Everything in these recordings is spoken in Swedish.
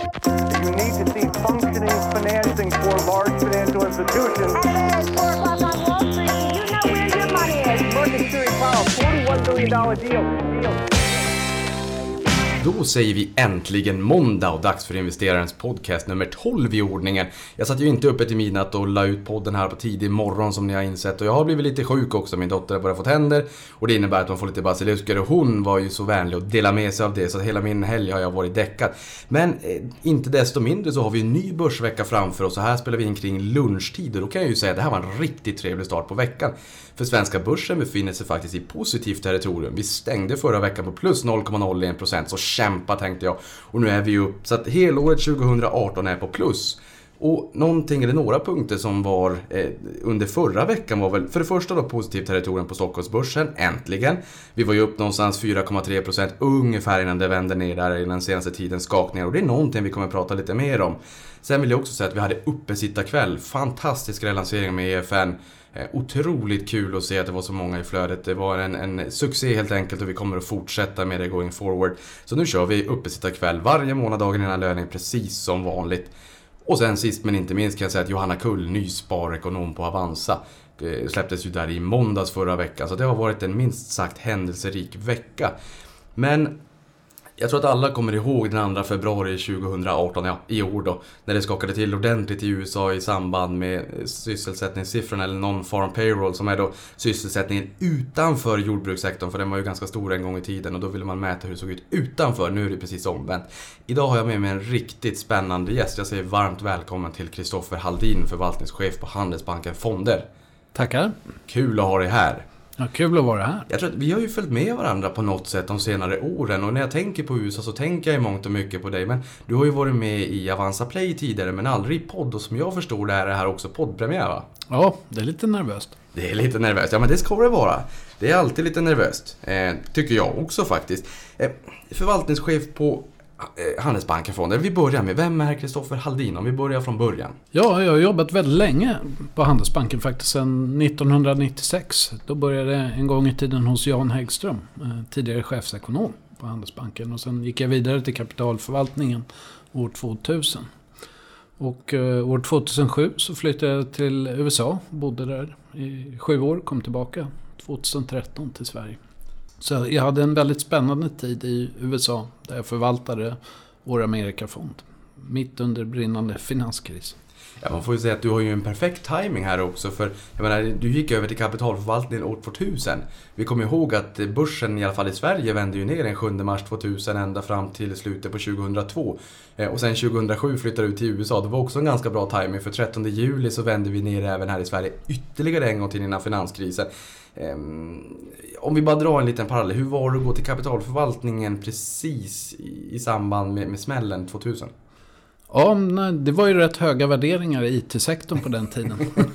You need to see functioning financing for large financial institutions. It's 4 o'clock on Wall Street. You know where your money is. Market Security Powell, $41 billion deal. Då säger vi äntligen måndag och dags för investerarens podcast nummer 12 i ordningen. Jag satt ju inte uppe till midnatt och la ut podden här på tidig morgon som ni har insett. Och jag har blivit lite sjuk också, min dotter har bara fått händer. Och det innebär att hon får lite basilusker och hon var ju så vänlig att dela med sig av det. Så hela min helg har jag varit däckad. Men inte desto mindre så har vi en ny börsvecka framför oss. Och här spelar vi in kring lunchtid. Och då kan jag ju säga att det här var en riktigt trevlig start på veckan. För svenska börsen befinner sig faktiskt i positivt territorium. Vi stängde förra veckan på plus 0,01%, så kämpa tänkte jag. Och nu är vi upp, så att helåret 2018 är på plus. Och någonting eller några punkter som var under förra veckan var väl för det första då positivt territorium på Stockholmsbörsen, äntligen. Vi var ju upp någonstans 4,3% ungefär innan det vände ner där i den senaste tidens skakningar. Och det är någonting vi kommer att prata lite mer om. Sen vill jag också säga att vi hade uppesittarkväll, fantastisk relansering med EFN. Otroligt kul att se att det var så många i flödet. Det var en succé helt enkelt och vi kommer att fortsätta med det going forward. Så nu kör vi uppesittarkväll varje månad dagen innan löning precis som vanligt. Och sen sist men inte minst kan jag säga att Johanna Kull, ny sparekonom på Avanza, släpptes ju där i måndags förra veckan. Så det har varit en minst sagt händelserik vecka. Men jag tror att alla kommer ihåg den 2 februari 2018, ja, i år då, när det skakade till ordentligt i USA i samband med sysselsättningssiffrorna eller non-farm payroll, som är då sysselsättningen utanför jordbrukssektorn, för den var ju ganska stor en gång i tiden och då ville man mäta hur det såg ut utanför. Nu är det precis omvänt. Idag har jag med mig en riktigt spännande gäst. Jag säger varmt välkommen till Kristoffer Halldin, förvaltningschef på Handelsbanken Fonder. Tackar. Kul att ha dig här. Ja, kul att vara här. Jag tror att vi har ju följt med varandra på något sätt de senare åren. Och när jag tänker på USA så tänker jag i mångt och mycket på dig. Men du har ju varit med i Avanza Play tidigare men aldrig i podd. Och som jag förstår det här också poddpremiär, va? Ja, det är lite nervöst. Det är lite nervöst. Ja, men det ska det vara. Det är alltid lite nervöst. Tycker jag också faktiskt. Förvaltningschef på Handelsbanken Fonder. Vi börjar med, vem är Kristoffer Halldin? Om vi börjar från början. Ja, jag har jobbat väldigt länge på Handelsbanken faktiskt, sedan 1996. Då började jag en gång i tiden hos Jan Häggström, tidigare chefsekonom på Handelsbanken. Och sen gick jag vidare till kapitalförvaltningen år 2000. Och år 2007 så flyttade jag till USA, bodde där i 7 år, kom tillbaka 2013 till Sverige. Så jag hade en väldigt spännande tid i USA där jag förvaltade vår Amerikafond mitt under brinnande finanskris. Ja, man får ju säga att du har ju en perfekt timing här också, för jag menar, du gick över till kapitalförvaltningen år 2000. Vi kommer ihåg att börsen i alla fall i Sverige vände ju ner den 7 mars 2000 ända fram till slutet på 2002. Och sen 2007 flyttade du till USA. Det var också en ganska bra timing, för 13 juli så vände vi ner även här i Sverige ytterligare en gång till innan finanskrisen. Om vi bara drar en liten parallell, hur var det att gå till kapitalförvaltningen precis i samband med smällen 2000? Ja, det var ju rätt höga värderingar i IT-sektorn på den tiden.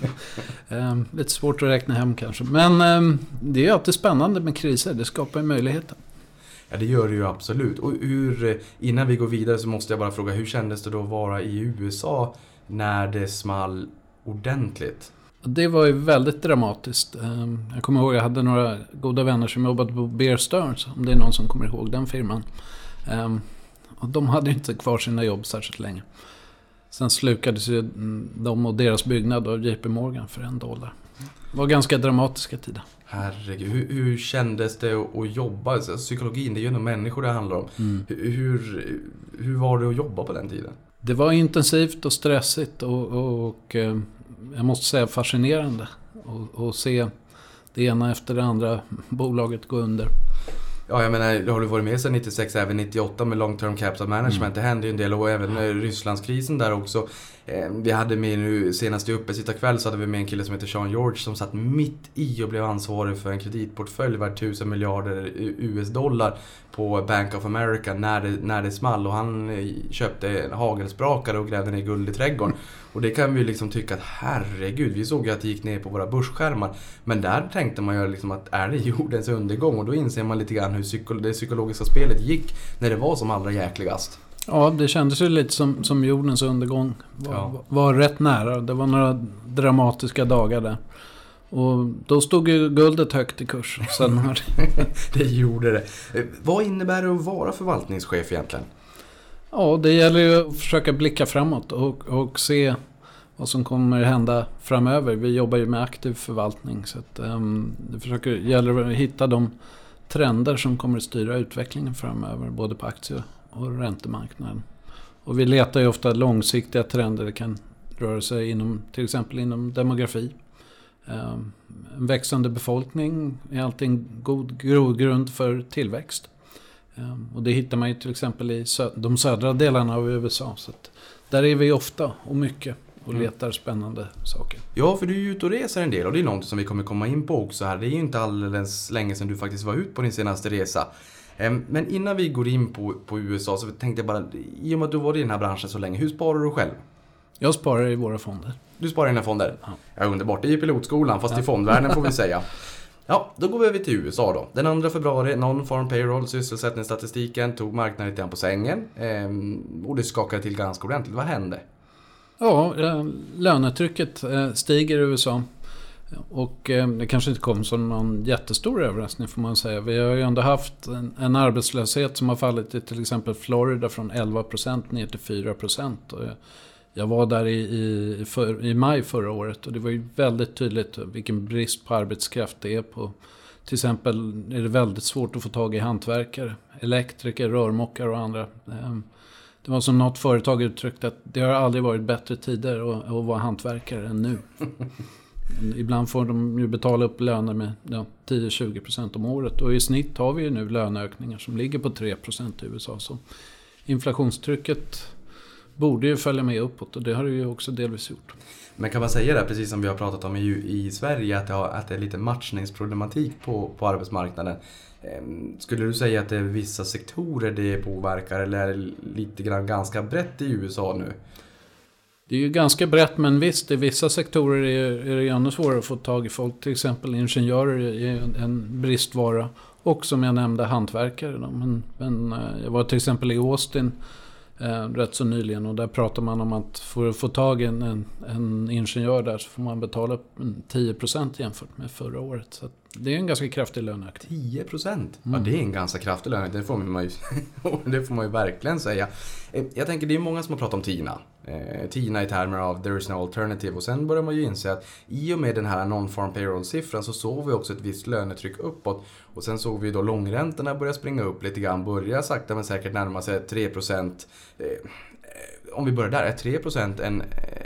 Lite svårt att räkna hem kanske. Men det är ju alltid spännande med kriser, det skapar ju möjligheter. Ja, det gör det ju absolut. Och innan vi går vidare så måste jag bara fråga, hur kändes det då att vara i USA när det small ordentligt? Det var ju väldigt dramatiskt. Jag kommer ihåg att jag hade några goda vänner som jobbade på Bear Stearns, om det är någon som kommer ihåg den firman. Och de hade inte kvar sina jobb särskilt länge. Sen slukades ju de och deras byggnad av JP Morgan för $1. Det var ganska dramatiska tider. Herregud, hur kändes det att jobba? Alltså, psykologin, det är ju ändå människor det handlar om. Hur var det att jobba på den tiden? Det var intensivt och stressigt och jag måste säga fascinerande. Och se det ena efter det andra bolaget gå under. Ja, jag menar, det har du varit med sedan 96, även 98 med long term capital management. Det hände ju en del, och även Rysslandskrisen där också. Vi hade med nu senast i uppesittarkväll så hade vi med en kille som heter Sean George som satt mitt i och blev ansvarig för en kreditportfölj värd 1000 miljarder US-dollar på Bank of America när det small, och han köpte en hagelsprakare och grävde ner guld i trädgården. Och det kan vi liksom tycka att herregud, vi såg ju att det gick ner på våra börsskärmar, men där tänkte man ju liksom att är det jordens undergång, och då inser man lite grann hur det psykologiska spelet gick när det var som allra jäkligast. Ja, det kändes ju lite som jordens undergång var rätt nära. Det var några dramatiska dagar där. Och då stod ju guldet högt i kurs. Sen det gjorde det. Vad innebär det att vara förvaltningschef egentligen? Ja, det gäller ju att försöka blicka framåt och se vad som kommer hända framöver. Vi jobbar ju med aktiv förvaltning, så att, det gäller att hitta de trender som kommer att styra utvecklingen framöver, både på aktie- och räntemarknaden. Och vi letar ju ofta långsiktiga trender. Det kan röra sig till exempel inom demografi. En växande befolkning är alltid en god grogrund för tillväxt. Och det hittar man ju till exempel i de södra delarna av USA. Så att där är vi ofta och mycket och letar spännande saker. Ja, för du är ju ute och reser en del och det är något som vi kommer komma in på också här. Det är ju inte alldeles länge sedan du faktiskt var ut på din senaste resa. Men innan vi går in på USA så tänkte jag bara, i och med att du var i den här branschen så länge, hur sparar du själv? Jag sparar i våra fonder. Du sparar i dina fonder? Ja. Ja, underbart. Det är ju pilotskolan, fast i fondvärlden får vi säga. Ja, då går vi över till USA då. Den 2 februari, non-farm payroll, sysselsättningsstatistiken, tog marknaden lite grann på sängen. Och det skakade till ganska ordentligt. Vad hände? Ja, lönetrycket stiger i USA. Och det kanske inte kom som någon jättestor överraskning får man säga. Vi har ju ändå haft en arbetslöshet som har fallit i till exempel Florida från 11% ner till 4%. Och jag var där i maj förra året och det var ju väldigt tydligt vilken brist på arbetskraft det är på. Till exempel är det väldigt svårt att få tag i hantverkare, elektriker, rörmokare och andra. Det var som något företag uttryckte att det har aldrig varit bättre tider att vara hantverkare än nu. Ibland får de ju betala upp löner med 10-20% om året. Och i snitt har vi ju nu löneökningar som ligger på 3% i USA. Så inflationstrycket borde ju följa med uppåt och det har det ju också delvis gjort. Men kan man säga det, precis som vi har pratat om i Sverige, att det är lite matchningsproblematik på arbetsmarknaden. Skulle du säga att det är vissa sektorer det påverkar eller är det lite grann ganska brett i USA nu? Det är ju ganska brett, men visst, i vissa sektorer är det ännu svårare att få tag i folk. Till exempel ingenjörer är en bristvara. Och som jag nämnde, hantverkare. Men jag var till exempel i Austin rätt så nyligen och där pratar man om att för att få tag i en ingenjör där så får man betala upp 10% jämfört med förra året. Så det är en ganska kraftig löneökning. 10%? Ja, det är en ganska kraftig löneökning. Det får man ju verkligen säga. Jag tänker, det är många som har pratat om TINA. TINA i termer av there is no alternative. Och sen börjar man ju inse att i och med den här non-farm payroll-siffran så såg vi också ett visst lönetryck uppåt. Och sen såg vi då långräntorna börja springa upp lite grann. Börja sakta men säkert närma sig 3%. Om vi börjar där, är 3%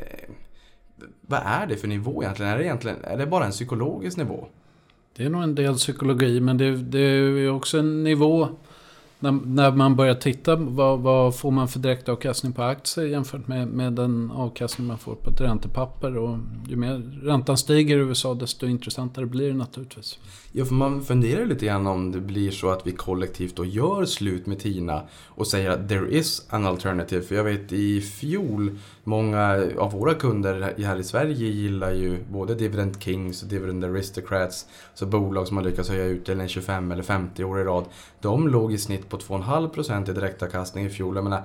vad är det för nivå egentligen? Är det bara en psykologisk nivå? Det är nog en del psykologi, men det är också en nivå när man börjar titta vad får man för direktavkastning på aktier jämfört med den avkastning man får på ett räntepapper. Och ju mer räntan stiger i USA desto intressantare blir det naturligtvis. Ja, för man funderar lite grann om det blir så att vi kollektivt då gör slut med TINA och säger att there is an alternative. För jag vet i fjol, många av våra kunder här i Sverige gillar ju både Dividend Kings och Dividend Aristocrats. Så bolag som har lyckats höja utdelningen 25 eller 50 år i rad. De låg i snitt på 2,5% i direktavkastning i fjol. Jag menar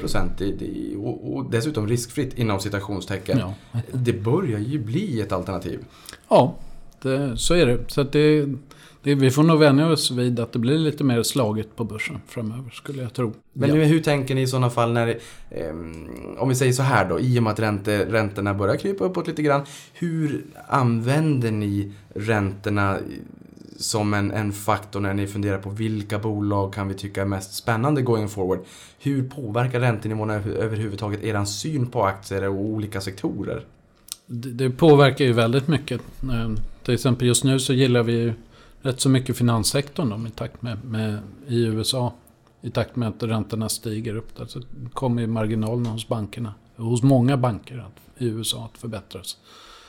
3% och dessutom riskfritt inom citationstecken. Ja. Det börjar ju bli ett alternativ. Ja. Så är det. Så att vi får nog vänja oss vid att det blir lite mer slaget på börsen framöver, skulle jag tro. Men hur tänker ni i sådana fall när om vi säger så här då, i och med att räntorna börjar krypa uppåt lite grann, hur använder ni räntorna som en faktor när ni funderar på vilka bolag kan vi tycka är mest spännande going forward? Hur påverkar räntenivån överhuvudtaget er syn på aktier och olika sektorer? Det påverkar ju väldigt mycket. Till exempel just nu så gillar vi ju rätt så mycket finanssektorn i takt med i USA. I takt med att räntorna stiger upp där så kommer ju marginalerna hos bankerna, hos många banker i USA att förbättras.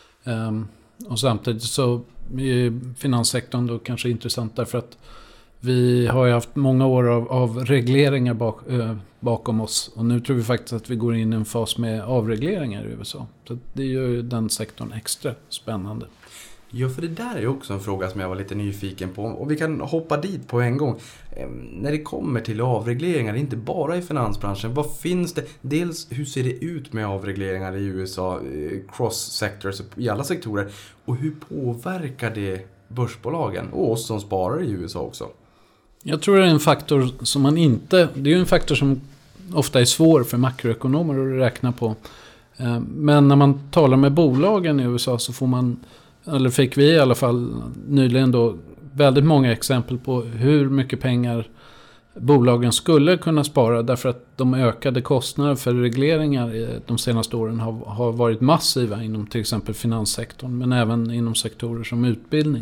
Och samtidigt så är finanssektorn då kanske intressant därför att vi har ju haft många år av regleringar bakom oss. Och nu tror vi faktiskt att vi går in i en fas med avregleringar i USA. Så det gör ju den sektorn extra spännande. Ja, för det där är ju också en fråga som jag var lite nyfiken på. Och vi kan hoppa dit på en gång. När det kommer till avregleringar, inte bara i finansbranschen. Vad finns det? Dels, hur ser det ut med avregleringar i USA? Cross-sectors i alla sektorer. Och hur påverkar det börsbolagen och oss som sparar i USA också? Jag tror det är en faktor som det är ju en faktor som ofta är svår för makroekonomer att räkna på. Men när man talar med bolagen i USA så får man, eller fick vi i alla fall nyligen då, väldigt många exempel på hur mycket pengar bolagen skulle kunna spara därför att de ökade kostnader för regleringar de senaste åren har varit massiva inom till exempel finanssektorn men även inom sektorer som utbildning.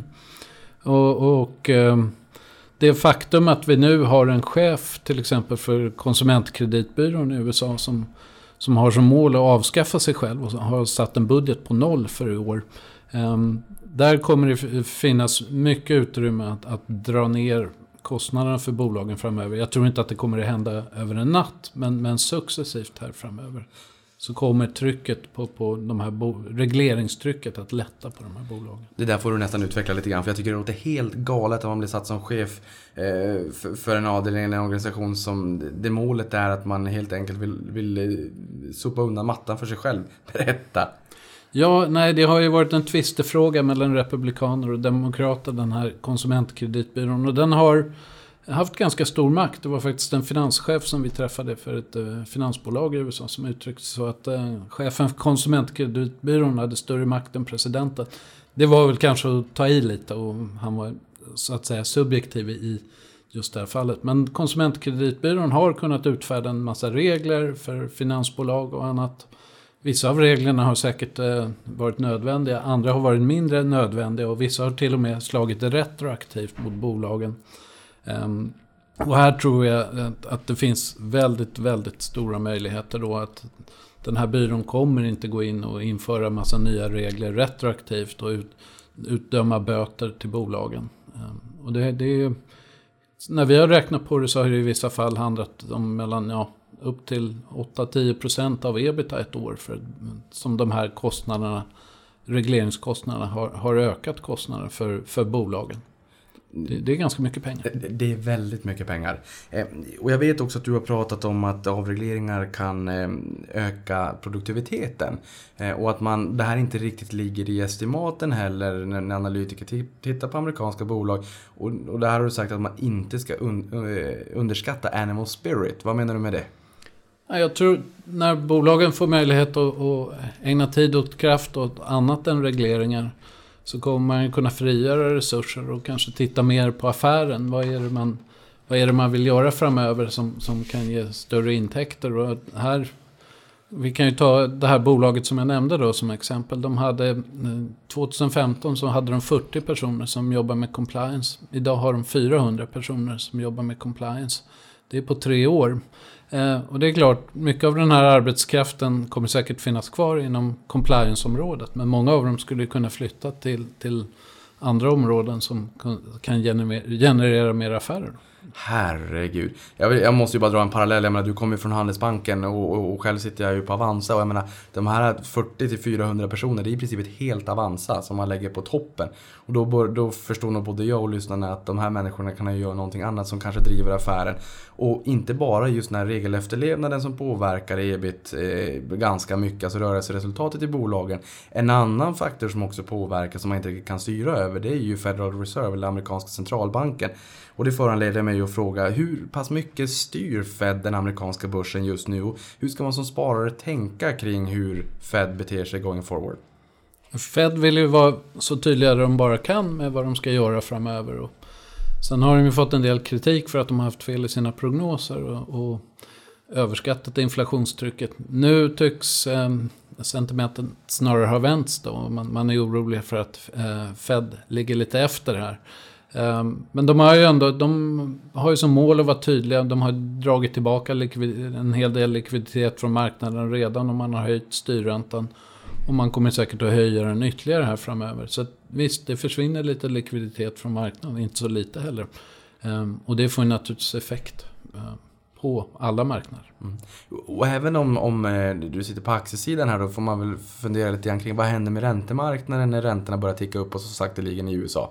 Och det faktum att vi nu har en chef till exempel för konsumentkreditbyrån i USA som har som mål att avskaffa sig själv och har satt en budget på 0 för i år. Där kommer det finnas mycket utrymme att dra ner kostnaderna för bolagen framöver. Jag tror inte att det kommer att hända över en natt, men successivt här framöver så kommer trycket på de här regleringstrycket att lätta på de här bolagen. Det där får du nästan utveckla lite grann, för jag tycker det låter helt galet om man blir satt som chef för en avdelning eller en organisation som det målet är att man helt enkelt vill sopa undan mattan för sig själv. Berätta. Ja, nej, det har ju varit en tvistefråga mellan republikaner och demokrater, den här konsumentkreditbyrån. Och den har haft ganska stor makt. Det var faktiskt en finanschef som vi träffade för ett finansbolag i USA som uttryckte så att chefen för konsumentkreditbyrån hade större makt än presidenten. Det var väl kanske att ta i lite och han var så att säga subjektiv i just det här fallet. Men konsumentkreditbyrån har kunnat utfärda en massa regler för finansbolag och annat. Vissa av reglerna har säkert varit nödvändiga, andra har varit mindre nödvändiga och vissa har till och med slagit retroaktivt mot bolagen. Och här tror jag att det finns väldigt, väldigt stora möjligheter då att den här byrån kommer inte gå in och införa massa nya regler retroaktivt och utdöma böter till bolagen. Och det är, när vi har räknat på det så har det i vissa fall handlat om mellan upp till 8-10% av EBITDA ett år som de här kostnaderna, regleringskostnaderna har ökat kostnader för bolagen. Det är ganska mycket pengar. Det är väldigt mycket pengar. Och jag vet också att du har pratat om att avregleringar kan öka produktiviteten. Och att det här inte riktigt ligger i estimaten heller när analytiker tittar på amerikanska bolag. Och det här har du sagt att man inte ska underskatta animal spirit. Vad menar du med det? Jag tror när bolagen får möjlighet att ägna tid åt kraft och annat än regleringar så kommer man kunna frigöra resurser och kanske titta mer på affären. Vad är det man vill göra framöver som kan ge större intäkter? Och här, vi kan ju ta det här bolaget som jag nämnde då som exempel. 2015 så hade de 40 personer som jobbar med compliance. Idag har de 400 personer som jobbar med compliance. Det är på 3 år. Och det är klart, mycket av den här arbetskraften kommer säkert finnas kvar inom compliance-området. Men många av dem skulle kunna flytta till andra områden som kan generera mer affärer. Herregud. Jag måste ju bara dra en parallell. Jag menar, du kommer ju från Handelsbanken och själv sitter jag ju på Avanza. Och jag menar, de här 40-400 personer, det är i princip ett helt Avanza som man lägger på toppen. Och då förstår nog både jag och lyssnarna att de här människorna kan ju göra någonting annat som kanske driver affären. Och inte bara just den här regelefterlevnaden som påverkar EBIT ganska mycket, alltså rörelseresultatet i bolagen. En annan faktor som också påverkar som man inte kan styra över, det är ju Federal Reserve eller amerikanska centralbanken. Och det föranleder mig att fråga, hur pass mycket styr Fed den amerikanska börsen just nu? Och hur ska man som sparare tänka kring hur Fed beter sig going forward? Fed vill ju vara så tydliga de bara kan med vad de ska göra framöver. Och sen har de ju fått en del kritik för att de har haft fel i sina prognoser och överskattat inflationstrycket. Nu tycks sentimentet snarare ha vänts då. Man är orolig för att Fed ligger lite efter här. Men de har ju som mål att vara tydliga. De har dragit tillbaka en hel del likviditet från marknaden redan och man har höjt styrräntan. Och man kommer säkert att höja den ytterligare här framöver. Så att, visst, det försvinner lite likviditet från marknaden, inte så lite heller. Och det får naturligtvis effekt på alla marknader. Mm. Och även om du sitter på aktiesidan här, då får man väl fundera lite grann kring vad händer med räntemarknaden när räntorna börjar ticka upp och så sakteligen i USA.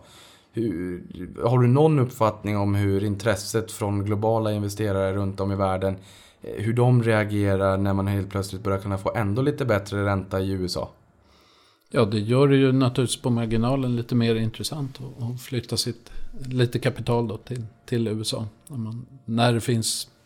Har du någon uppfattning om hur intresset från globala investerare runt om i världen, hur de reagerar när man helt plötsligt börjar kunna få ändå lite bättre ränta i USA? Ja, det gör det ju naturligtvis på marginalen lite mer intressant att flytta sitt lite kapital då till USA. När det finns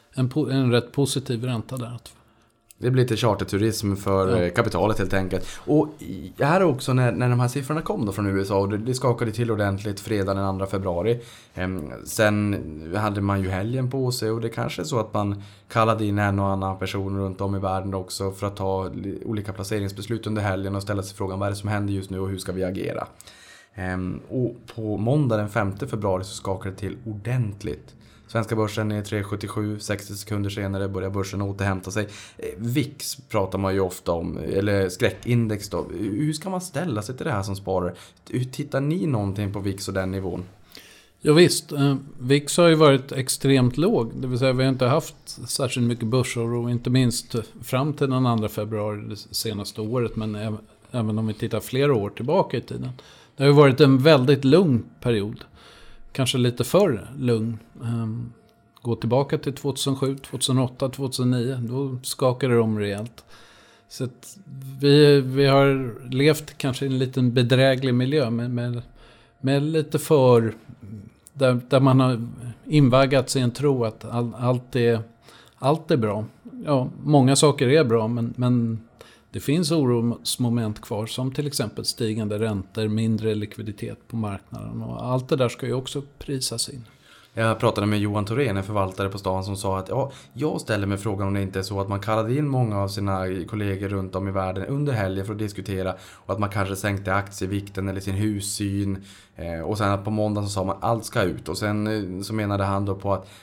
en rätt positiv ränta där. Det blir lite charterturism för kapitalet helt enkelt. Och här också när de här siffrorna kom då från USA, och det skakade till ordentligt fredag den 2 februari. Sen hade man ju helgen på sig, och det kanske är så att man kallade in en och annan person runt om i världen också för att ta olika placeringsbeslut under helgen och ställa sig frågan vad är det som händer just nu och hur ska vi agera. Och på måndag den 5 februari så skakade det till ordentligt. Svenska börsen är 3,77, 60 sekunder senare börjar börsen återhämta sig. VIX pratar man ju ofta om, eller skräckindex då. Hur ska man ställa sig till det här som sparare? Hur tittar ni någonting på VIX och den nivån? Ja visst, VIX har ju varit extremt låg. Det vill säga vi har inte haft särskilt mycket börsoro, inte minst fram till den 2 februari det senaste året, men även om vi tittar flera år tillbaka i tiden. Det har ju varit en väldigt lugn period. Kanske lite för lugn. Gå tillbaka till 2007, 2008, 2009. Då skakade det om rejält. Så att vi har levt kanske i en liten bedräglig miljö. Med lite för... Där man har invaggats i en tro att allt är bra. Ja, många saker är bra, men det finns orosmoment kvar, som till exempel stigande räntor, mindre likviditet på marknaden, och allt det där ska ju också prisas in. Jag pratade med Johan Thorén, en förvaltare på stan, som sa att jag ställer mig frågan om det inte är så att man kallade in många av sina kollegor runt om i världen under helgen för att diskutera, och att man kanske sänkte aktievikten eller sin hussyn, och sen att på måndag så sa man allt ska ut, och sen så menade han då på att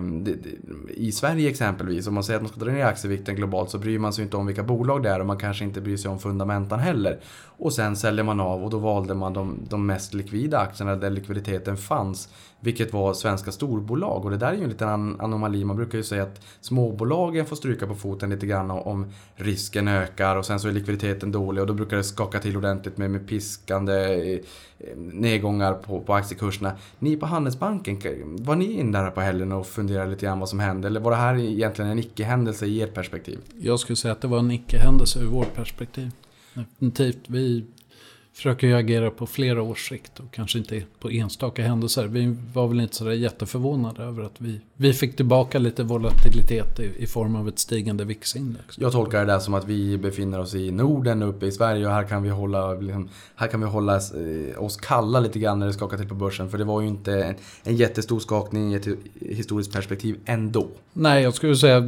i Sverige exempelvis, om man säger att man ska dra ner aktievikten globalt, så bryr man sig inte om vilka bolag det är, och man kanske inte bryr sig om fundamentan heller. Och sen säljer man av, och då valde man de mest likvida aktierna där likviditeten fanns, vilket var svenska storbolag. Och det där är ju en liten anomali. Man brukar ju säga att småbolagen får stryka på foten lite grann om risken ökar, och sen så är likviditeten dålig, och då brukar det skaka till ordentligt med piskande nedgångar på aktiekurserna. Ni på Handelsbanken, var ni in där på helgen och funderade lite grann vad som hände, eller var det här egentligen en icke-händelse i ert perspektiv? Jag skulle säga att det var en icke-händelse ur vårt perspektiv. Definitivt. Vi försöker ju agera på flera års sikt och kanske inte på enstaka händelser. Vi var väl inte så där jätteförvånade över att vi fick tillbaka lite volatilitet i form av ett stigande VIX-index. Jag tolkar det där som att vi befinner oss i Norden uppe i Sverige, och här kan vi hålla oss kalla lite grann när det skakar till på börsen, för det var ju inte en jättestor skakning i ett historiskt perspektiv ändå. Nej, jag skulle säga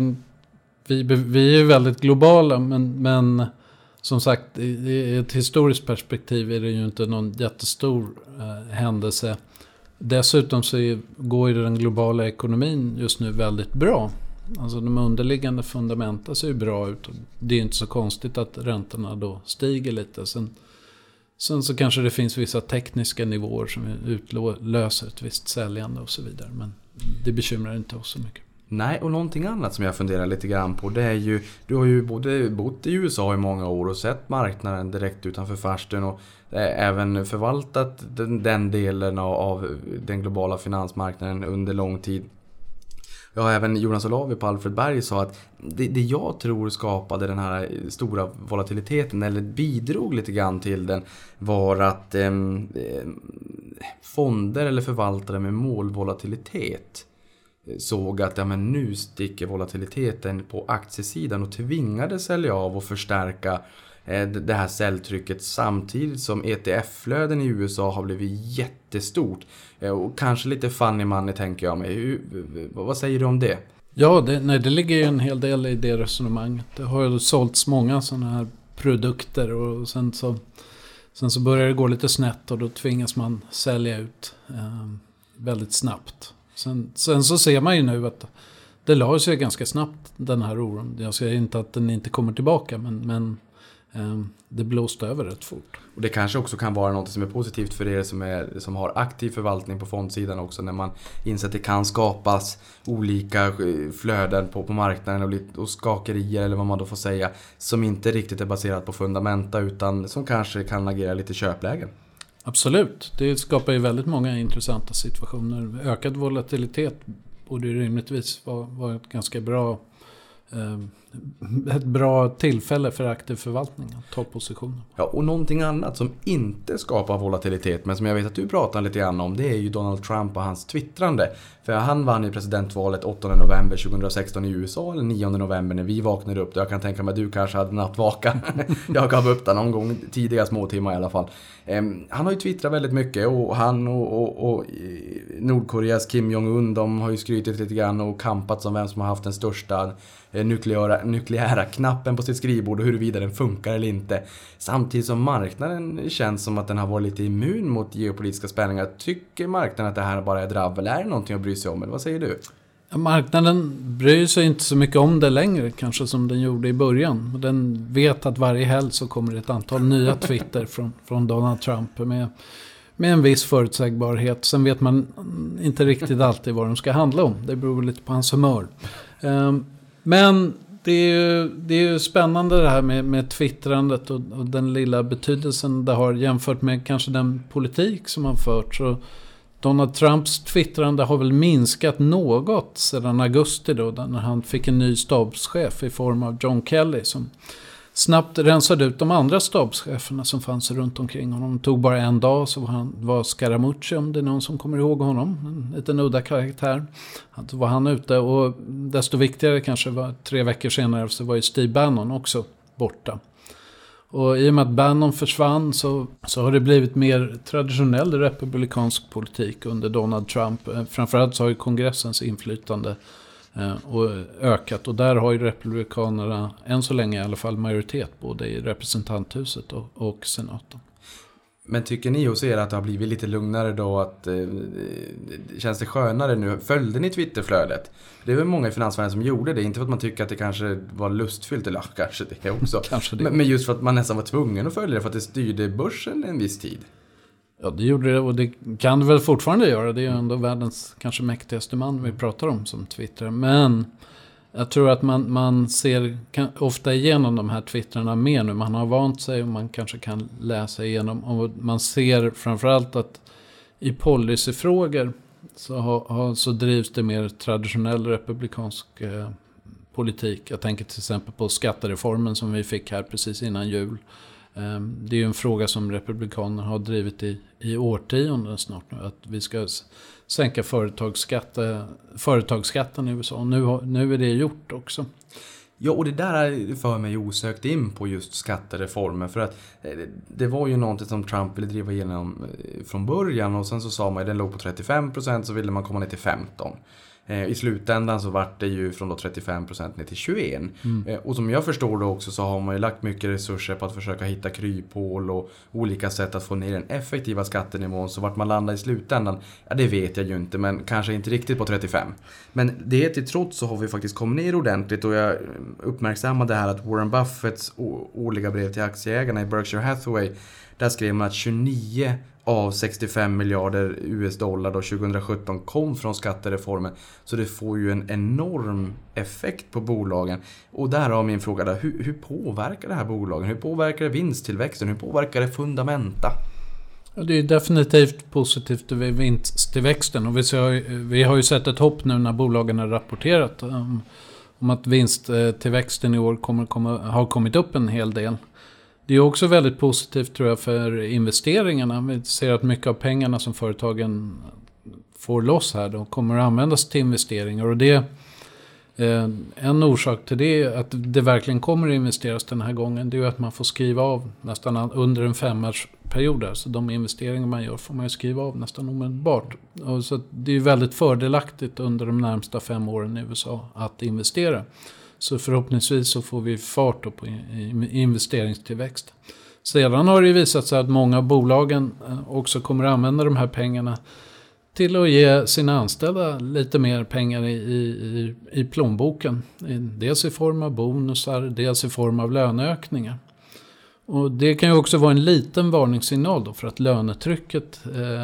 vi är väldigt globala, men som sagt, i ett historiskt perspektiv är det ju inte någon jättestor händelse. Dessutom så går ju den globala ekonomin just nu väldigt bra. Alltså de underliggande fundamenta ser ju bra ut. Det är inte så konstigt att räntorna då stiger lite. Sen så kanske det finns vissa tekniska nivåer som utlöser ett visst säljande och så vidare. Men det bekymrar inte oss så mycket. Nej, och någonting annat som jag funderar lite grann på, det är ju, du har ju både bott i USA i många år och sett marknaden direkt utanför farstun, och även förvaltat den delen av den globala finansmarknaden under lång tid. Ja, även Jonas Olavi på Alfred Berg sa att det jag tror skapade den här stora volatiliteten, eller bidrog lite grann till den, var att fonder eller förvaltare med målvolatilitet såg att nu sticker volatiliteten på aktiesidan och tvingade sälja av och förstärka det här säljtrycket, samtidigt som ETF-flöden i USA har blivit jättestort. Och kanske lite funny money, tänker jag mig. Vad säger du om det? Ja, det ligger ju en hel del i det resonemanget. Det har ju sålts många sådana här produkter, och sen så börjar det gå lite snett, och då tvingas man sälja ut väldigt snabbt. Sen så ser man ju nu att det la sig ganska snabbt, den här oron. Jag säger inte att den inte kommer tillbaka, men det blåste över rätt fort. Och det kanske också kan vara något som är positivt för er som har aktiv förvaltning på fondsidan också, när man inser att det kan skapas olika flöden på marknaden och skakerier, eller vad man då får säga, som inte riktigt är baserat på fundamenta, utan som kanske kan agera lite köplägen. Absolut, det skapar ju väldigt många intressanta situationer. Ökad volatilitet borde ju rimligtvis vara ett ganska bra ett bra tillfälle för aktiv förvaltning att ta positioner. Ja, och någonting annat som inte skapar volatilitet, men som jag vet att du pratar lite grann om, det är ju Donald Trump och hans twittrande. För han vann ju presidentvalet 8 november 2016 i USA, eller 9 november när vi vaknade upp. Jag kan tänka mig att du kanske hade nattvaka. Jag gav upp det någon gång, tidiga småtimmar i alla fall. Han har ju twittrat väldigt mycket, och han och Nordkoreas Kim Jong-Un, de har ju skrytit lite grann och kampat som vem som har haft den största nukleära knappen på sitt skrivbord och huruvida den funkar eller inte. Samtidigt som marknaden känns som att den har varit lite immun mot geopolitiska spänningar. Tycker marknaden att det här bara är dravel? Är det någonting att bry sig om? Eller vad säger du? Ja, marknaden bryr sig inte så mycket om det längre, kanske som den gjorde i början. Den vet att varje helg så kommer ett antal nya Twitter från Donald Trump med en viss förutsägbarhet. Sen vet man inte riktigt alltid vad de ska handla om. Det beror lite på hans humör. Men det är ju spännande det här med twittrandet och den lilla betydelsen det har jämfört med kanske den politik som har förts. Så Donald Trumps twittrande har väl minskat något sedan augusti då, när han fick en ny stabschef i form av John Kelly som snabbt rensade ut de andra stabscheferna som fanns runt omkring honom. Det tog bara en dag så var Scaramucci, om det är någon som kommer ihåg honom, en liten udda karaktär. Då var han ute, och desto viktigare kanske var 3 veckor senare så var ju Steve Bannon också borta. Och i och med att Bannon försvann så har det blivit mer traditionell republikansk politik under Donald Trump. Framförallt så har ju kongressens inflytande och ökat, och där har ju republikanerna än så länge i alla fall majoritet både i representanthuset och senaten. Men tycker ni hos er att det har blivit lite lugnare då, att känns det skönare nu? Följde ni Twitterflödet? Det är väl många i finansvärlden som gjorde det, inte för att man tycker att det kanske var lustfyllt, eller kanske det också. Kanske det. Men just för att man nästan var tvungen att följa det för att det styrde börsen en viss tid. Ja, det gjorde det, och det kan det väl fortfarande göra. Det är ju ändå världens kanske mäktigaste man vi pratar om som twittrar. Men jag tror att man ser ofta igenom de här twittrarna mer nu. Man har vant sig och man kanske kan läsa igenom. Och man ser framförallt att i policyfrågor så drivs det mer traditionell republikansk politik. Jag tänker till exempel på skattereformen som vi fick här precis innan jul. Det är ju en fråga som republikanerna har drivit i årtionden snart nu. Att vi ska sänka företagsskatten i USA. Och nu är det gjort också. Ja, och det där för mig osökt in på just skattereformen. För att det var ju någonting som Trump ville driva igenom från början. Och sen så sa man att den låg på 35%, så ville man komma ner till 15%. I slutändan så vart det ju från då 35% ner till 21%. Och som jag förstår då också så har man ju lagt mycket resurser på att försöka hitta kryphål och olika sätt att få ner den effektiva skattenivån. Så vart man landar i slutändan, ja det vet jag ju inte, men kanske inte riktigt på 35%. Men det till trots så har vi faktiskt kommit ner ordentligt, och jag uppmärksammade här att Warren Buffetts årliga brev till aktieägarna i Berkshire Hathaway, där skrev man att 29 av 65 miljarder US-dollar då 2017 kom från skattereformen. Så det får ju en enorm effekt på bolagen. Och där har min fråga där, hur påverkar det här bolagen? Hur påverkar det vinsttillväxten? Hur påverkar det fundamenta? Ja, det är definitivt positivt vid vinsttillväxten. Och vi har ju sett ett hopp nu när bolagen har rapporterat om att vinsttillväxten i år har kommit upp en hel del. Det är också väldigt positivt tror jag för investeringarna. Vi ser att mycket av pengarna som företagen får loss här då kommer att användas till investeringar. Och det en orsak till det är att det verkligen kommer att investeras den här gången. Det är ju att man får skriva av nästan under en 5-årsperiod. Så de investeringar man gör får man ju skriva av nästan omedelbart. Och så det är ju väldigt fördelaktigt under de närmsta 5 åren i USA att investera. Så förhoppningsvis så får vi fart på investeringstillväxt. Sedan har det visat sig att många av bolagen också kommer att använda de här pengarna till att ge sina anställda lite mer pengar i plånboken. Dels i form av bonusar, dels i form av löneökningar. Och det kan ju också vara en liten varningssignal då för att lönetrycket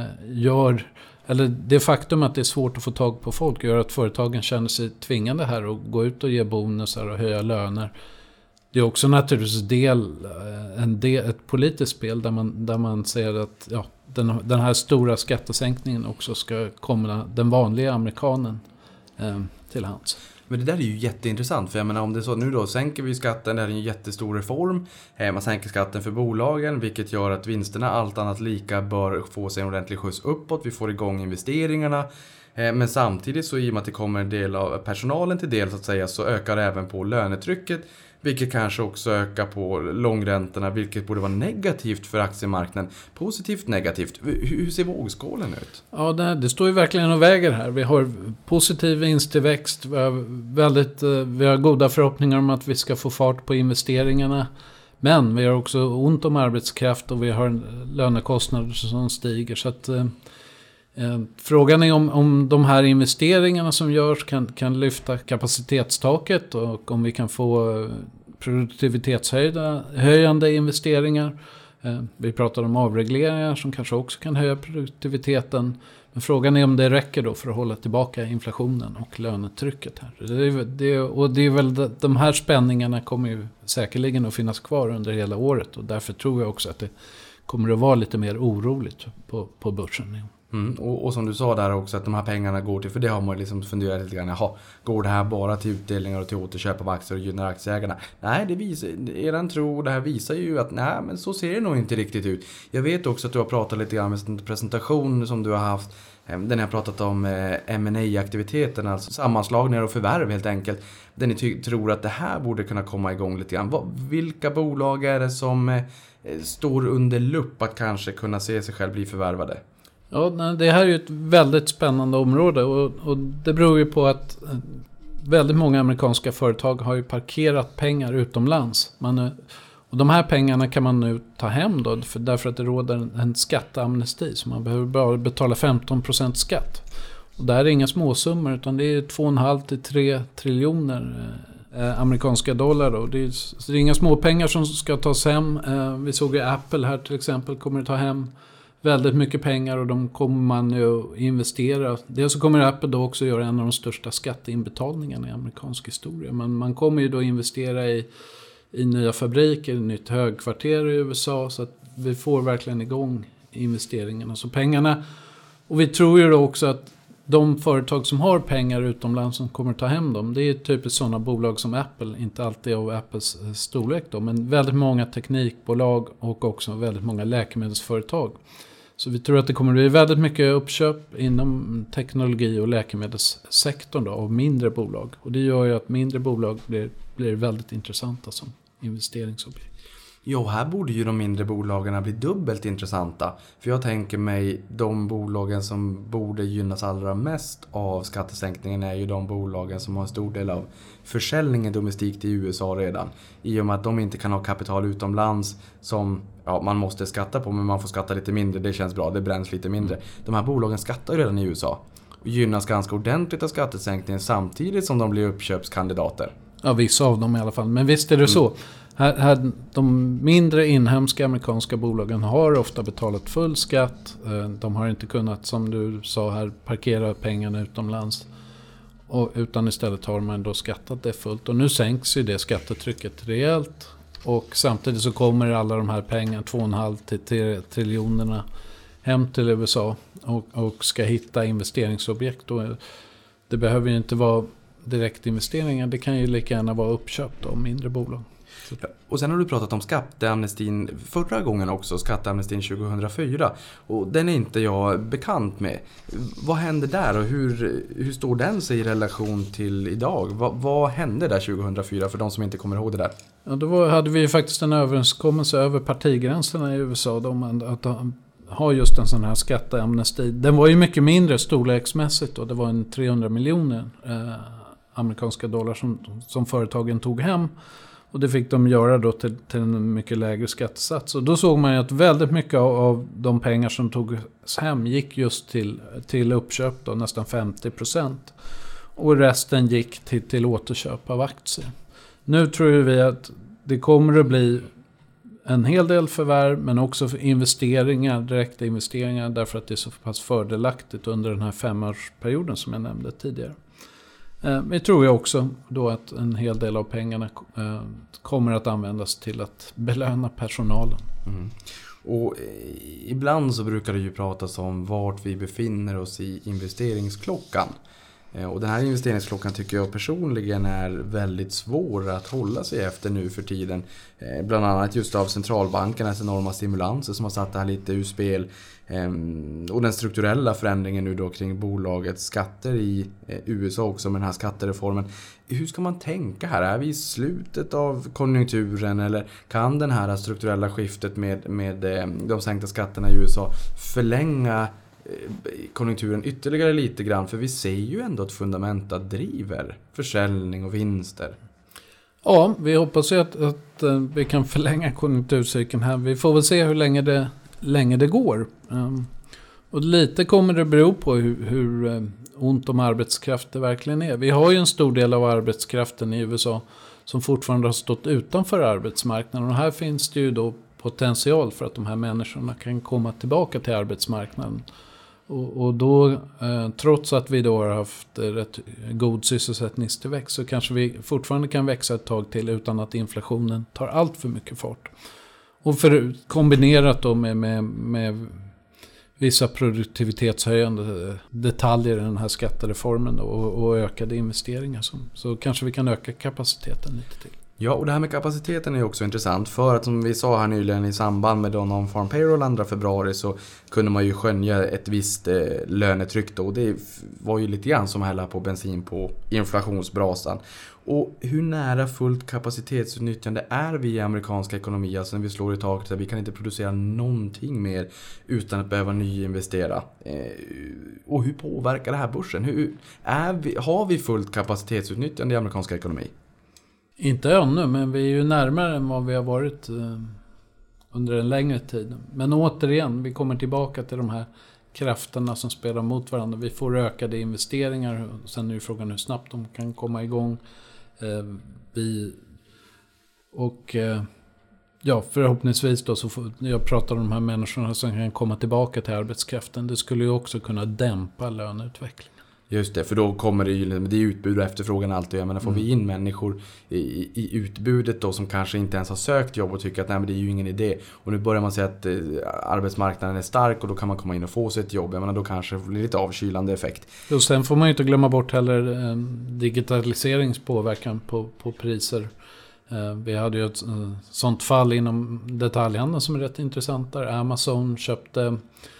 eller det faktum att det är svårt att få tag på folk gör att företagen känner sig tvingade här att gå ut och ge bonusar och höja löner. Det är också naturligtvis ett politiskt spel där man säger att den här stora skattesänkningen också ska komma den vanliga amerikanen till hands. Men det där är ju jätteintressant, för jag menar om det är så nu då sänker vi skatten, det här är en jättestor reform. Man sänker skatten för bolagen, vilket gör att vinsterna allt annat lika bör få sig en ordentlig skjuts uppåt. Vi får igång investeringarna. Men samtidigt så i och med att det kommer en del av personalen till del så att säga, så ökar även på lönetrycket. Vilket kanske också ökar på långräntorna, vilket borde vara negativt för aktiemarknaden. Positivt, negativt. Hur ser vågskålen ut? Ja, det står ju verkligen och väger här. Vi har positiv vinsttillväxt. Vi har goda förhoppningar om att vi ska få fart på investeringarna. Men vi har också ont om arbetskraft och vi har lönekostnader som stiger. Så att, frågan är om de här investeringarna som görs kan lyfta kapacitetstaket och om vi kan få produktivitetshöjande investeringar. Vi pratar om avregleringar som kanske också kan höja produktiviteten. Men frågan är om det räcker då för att hålla tillbaka inflationen och lönetrycket här. Det är väl de här spänningarna kommer ju säkerligen att finnas kvar under hela året. Och därför tror jag också att det kommer att vara lite mer oroligt på börsen. Och som du sa där också att de här pengarna går till, för det har man liksom funderat lite grann, går det här bara till utdelningar och till återköp av aktier och gynnar aktieägarna? Nej, det visar, eran tro, det här visar ju att nej, men så ser det nog inte riktigt ut. Jag vet också att du har pratat lite grann med en presentation som du har haft, där ni har pratat om M&A-aktiviteten, alltså sammanslagningar och förvärv helt enkelt, där ni tror att det här borde kunna komma igång lite grann. Vilka bolag är det som står under lupp att kanske kunna se sig själv bli förvärvade? Ja, det här är ju ett väldigt spännande område och det beror ju på att väldigt många amerikanska företag har ju parkerat pengar utomlands. Och de här pengarna kan man nu ta hem då, därför att det råder en skatteamnesti, så man behöver bara betala 15% skatt. Och det här är inga småsummor, utan det är 2,5 till 3 triljoner amerikanska dollar då. Så det är inga småpengar som ska tas hem. Vi såg ju Apple här till exempel kommer att ta hem väldigt mycket pengar och de kommer man ju investera. Dels så kommer Apple då också göra en av de största skatteinbetalningarna i amerikansk historia. Men man kommer ju då investera i nya fabriker, nytt högkvarter i USA, så att vi får verkligen igång investeringarna. Så pengarna, och vi tror ju då också att de företag som har pengar utomlands som kommer ta hem dem, det är typiskt sådana bolag som Apple, inte alltid av Apples storlek då, men väldigt många teknikbolag och också väldigt många läkemedelsföretag. Så vi tror att det kommer att bli väldigt mycket uppköp inom teknologi- och läkemedelssektorn då, av mindre bolag. Och det gör ju att mindre bolag blir väldigt intressanta som investeringsobjekt. Jo, här borde ju de mindre bolagen bli dubbelt intressanta. För jag tänker mig, de bolagen som borde gynnas allra mest av skattesänkningen är ju de bolagen som har en stor del av försäljningen domestikt i USA redan. I och med att de inte kan ha kapital utomlands som man måste skatta på, men man får skatta lite mindre, det känns bra, det bränns lite mindre. De här bolagen skattar ju redan i USA och gynnas ganska ordentligt av skattesänkningen samtidigt som de blir uppköpskandidater. Ja, vissa av dem i alla fall, men visst är det så. De mindre inhemska amerikanska bolagen har ofta betalat full skatt. De har inte kunnat, som du sa här, parkera pengarna utomlands. Utan istället har man då skattat det fullt. Och nu sänks ju det skattetrycket rejält. Och samtidigt så kommer alla de här pengarna, 2,5 till 3 triljonerna, hem till USA. Och ska hitta investeringsobjekt. Och det behöver ju inte vara direktinvesteringar. Det kan ju lika gärna vara uppköp av mindre bolag. Ja, och sen har du pratat om skatteamnestin förra gången också, skatteamnestin 2004. Och den är inte jag bekant med. Vad hände där och hur står den sig i relation till idag? Vad hände där 2004 för de som inte kommer ihåg det där? Ja, då hade vi ju faktiskt en överenskommelse över partigränserna i USA att ha just en sån här skatteamnesti. Den var ju mycket mindre storleksmässigt och det var en 300 miljoner amerikanska dollar som företagen tog hem. Och det fick de göra då till en mycket lägre skattesats. Och då såg man ju att väldigt mycket av de pengar som togs hem gick just till uppköp då, nästan 50%. Och resten gick till återköp av aktier. Nu tror vi att det kommer att bli en hel del förvärv, men också för investeringar, direkta investeringar, därför att det är så pass fördelaktigt under den här 5-årsperioden som jag nämnde tidigare. Vi tror ju också då att en hel del av pengarna kommer att användas till att belöna personalen. Mm. Och ibland så brukar det ju pratas om vart vi befinner oss i investeringsklockan. Och den här investeringsklockan tycker jag personligen är väldigt svår att hålla sig efter nu för tiden. Bland annat just av centralbankernas enorma stimulanser som har satt det här lite ur spel. Och den strukturella förändringen nu då kring bolagets skatter i USA också med den här skattereformen. Hur ska man tänka här? Är vi i slutet av konjunkturen eller kan den här strukturella skiftet med de sänkta skatterna i USA förlänga konjunkturen ytterligare lite grann? För vi ser ju ändå ett fundament att driver försäljning och vinster. Ja, vi hoppas ju att vi kan förlänga konjunkturcykeln här. Vi får väl se hur länge det går. Och lite kommer det bero på hur ont om arbetskraft det verkligen är. Vi har ju en stor del av arbetskraften i USA som fortfarande har stått utanför arbetsmarknaden. Och här finns det ju då potential för att de här människorna kan komma tillbaka till arbetsmarknaden. Och då, trots att vi då har haft rätt god sysselsättningstillväxt så kanske vi fortfarande kan växa ett tag till utan att inflationen tar allt för mycket fart. Och kombinerat då med vissa produktivitetshöjande detaljer i den här skattereformen då, och ökade investeringar så kanske vi kan öka kapaciteten lite till. Ja, och det här med kapaciteten är också intressant för att som vi sa här nyligen i samband med non-farm payroll 2 februari så kunde man ju skönja ett visst lönetryck då och det var ju lite grann som att hälla på bensin på inflationsbrasan. Och hur nära fullt kapacitetsutnyttjande är vi i amerikanska ekonomi, alltså när vi slår i taket där vi kan inte producera någonting mer utan att behöva nyinvestera. Och hur påverkar det här börsen? Har vi fullt kapacitetsutnyttjande i amerikanska ekonomi? Inte ännu, men vi är ju närmare än vad vi har varit under en längre tid. Men återigen, vi kommer tillbaka till de här krafterna som spelar mot varandra. Vi får ökade investeringar. Sen är ju frågan hur snabbt de kan komma igång. Förhoppningsvis då så får jag prata om de här människorna som kan komma tillbaka till arbetskraften. Det skulle ju också kunna dämpa löneutvecklingen. Just det, för då kommer det är utbud och efterfrågan alltid. Jag menar, får vi in människor i utbudet då som kanske inte ens har sökt jobb och tycker att nej, men det är ju ingen idé. Och nu börjar man säga att arbetsmarknaden är stark och då kan man komma in och få sig ett jobb. Jag menar, då kanske det blir lite avkylande effekt. Och sen får man ju inte glömma bort heller digitaliseringspåverkan på priser. Vi hade ju ett sånt fall inom detaljhandeln som är rätt intressant där. Amazon köpte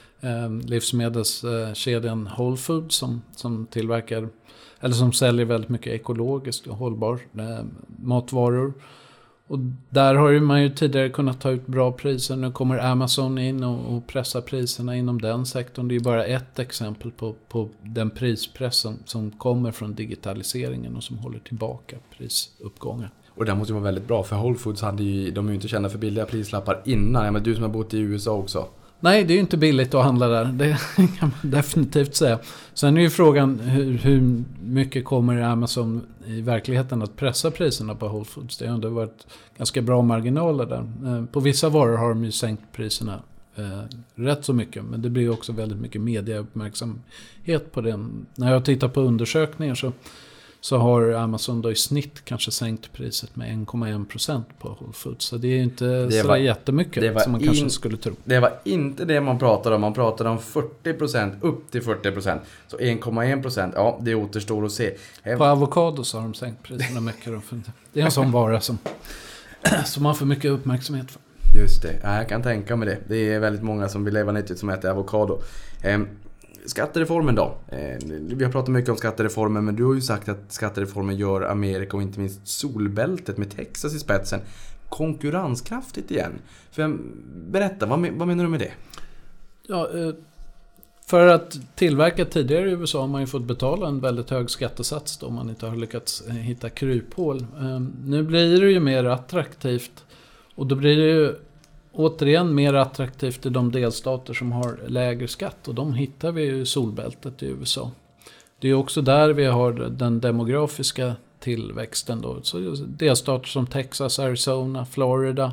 livsmedelskedjan Whole Foods som tillverkar eller som säljer väldigt mycket ekologiskt och hållbar matvaror. Och där har ju man ju tidigare kunnat ta ut bra priser. Nu kommer Amazon in och pressar priserna inom den sektorn. Det är ju bara ett exempel på den prispress som kommer från digitaliseringen och som håller tillbaka prisuppgångar. Och det måste ju vara väldigt bra för Whole Foods de är ju inte kända för billiga prislappar innan. Ja, men du som har bott i USA också. Nej, det är ju inte billigt att handla där. Det kan man definitivt säga. Sen är ju frågan hur mycket kommer Amazon i verkligheten att pressa priserna på Whole Foods. Det har ändå varit ganska bra marginaler där. På vissa varor har de ju sänkt priserna rätt så mycket. Men det blir ju också väldigt mycket mediauppmärksamhet på den. När jag tittar på undersökningar så har Amazon då i snitt kanske sänkt priset med 1,1% på Whole Foods. Så det är inte så jättemycket som man kanske skulle tro. Det var inte det man pratade om. Man pratade om 40%, upp till 40%. Så 1,1%, ja, det återstår att se. På avokado så har de sänkt priserna mycket. Det är en sån vara som man får mycket uppmärksamhet för. Just det, jag kan tänka mig det. Det är väldigt många som vill leva nyttigt som äter avokado. Skattereformen då. Vi har pratat mycket om skattereformen, men du har ju sagt att skattereformen gör Amerika och inte minst solbältet med Texas i spetsen konkurrenskraftigt igen. Berätta, vad menar du med det? Ja, för att tillverka tidigare i USA har man ju fått betala en väldigt hög skattesats då, om man inte har lyckats hitta kryphål. Nu blir det ju mer attraktivt och då blir det ju återigen mer attraktivt i de delstater som har lägre skatt och de hittar vi ju i solbältet i USA. Det är också där vi har den demografiska tillväxten då. Så delstater som Texas, Arizona, Florida,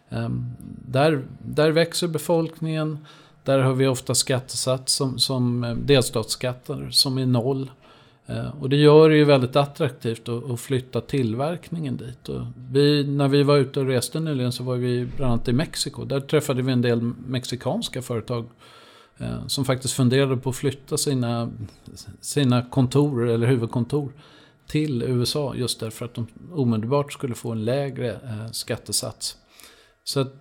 där växer befolkningen. Där har vi ofta skattesats som delstatsskatter som är 0. Och det gör det ju väldigt attraktivt att flytta tillverkningen dit. Och när vi var ute och reste nyligen så var vi bland annat i Mexiko. Där träffade vi en del mexikanska företag som faktiskt funderade på att flytta sina kontor eller huvudkontor till USA just därför att de omedelbart skulle få en lägre skattesats. Så att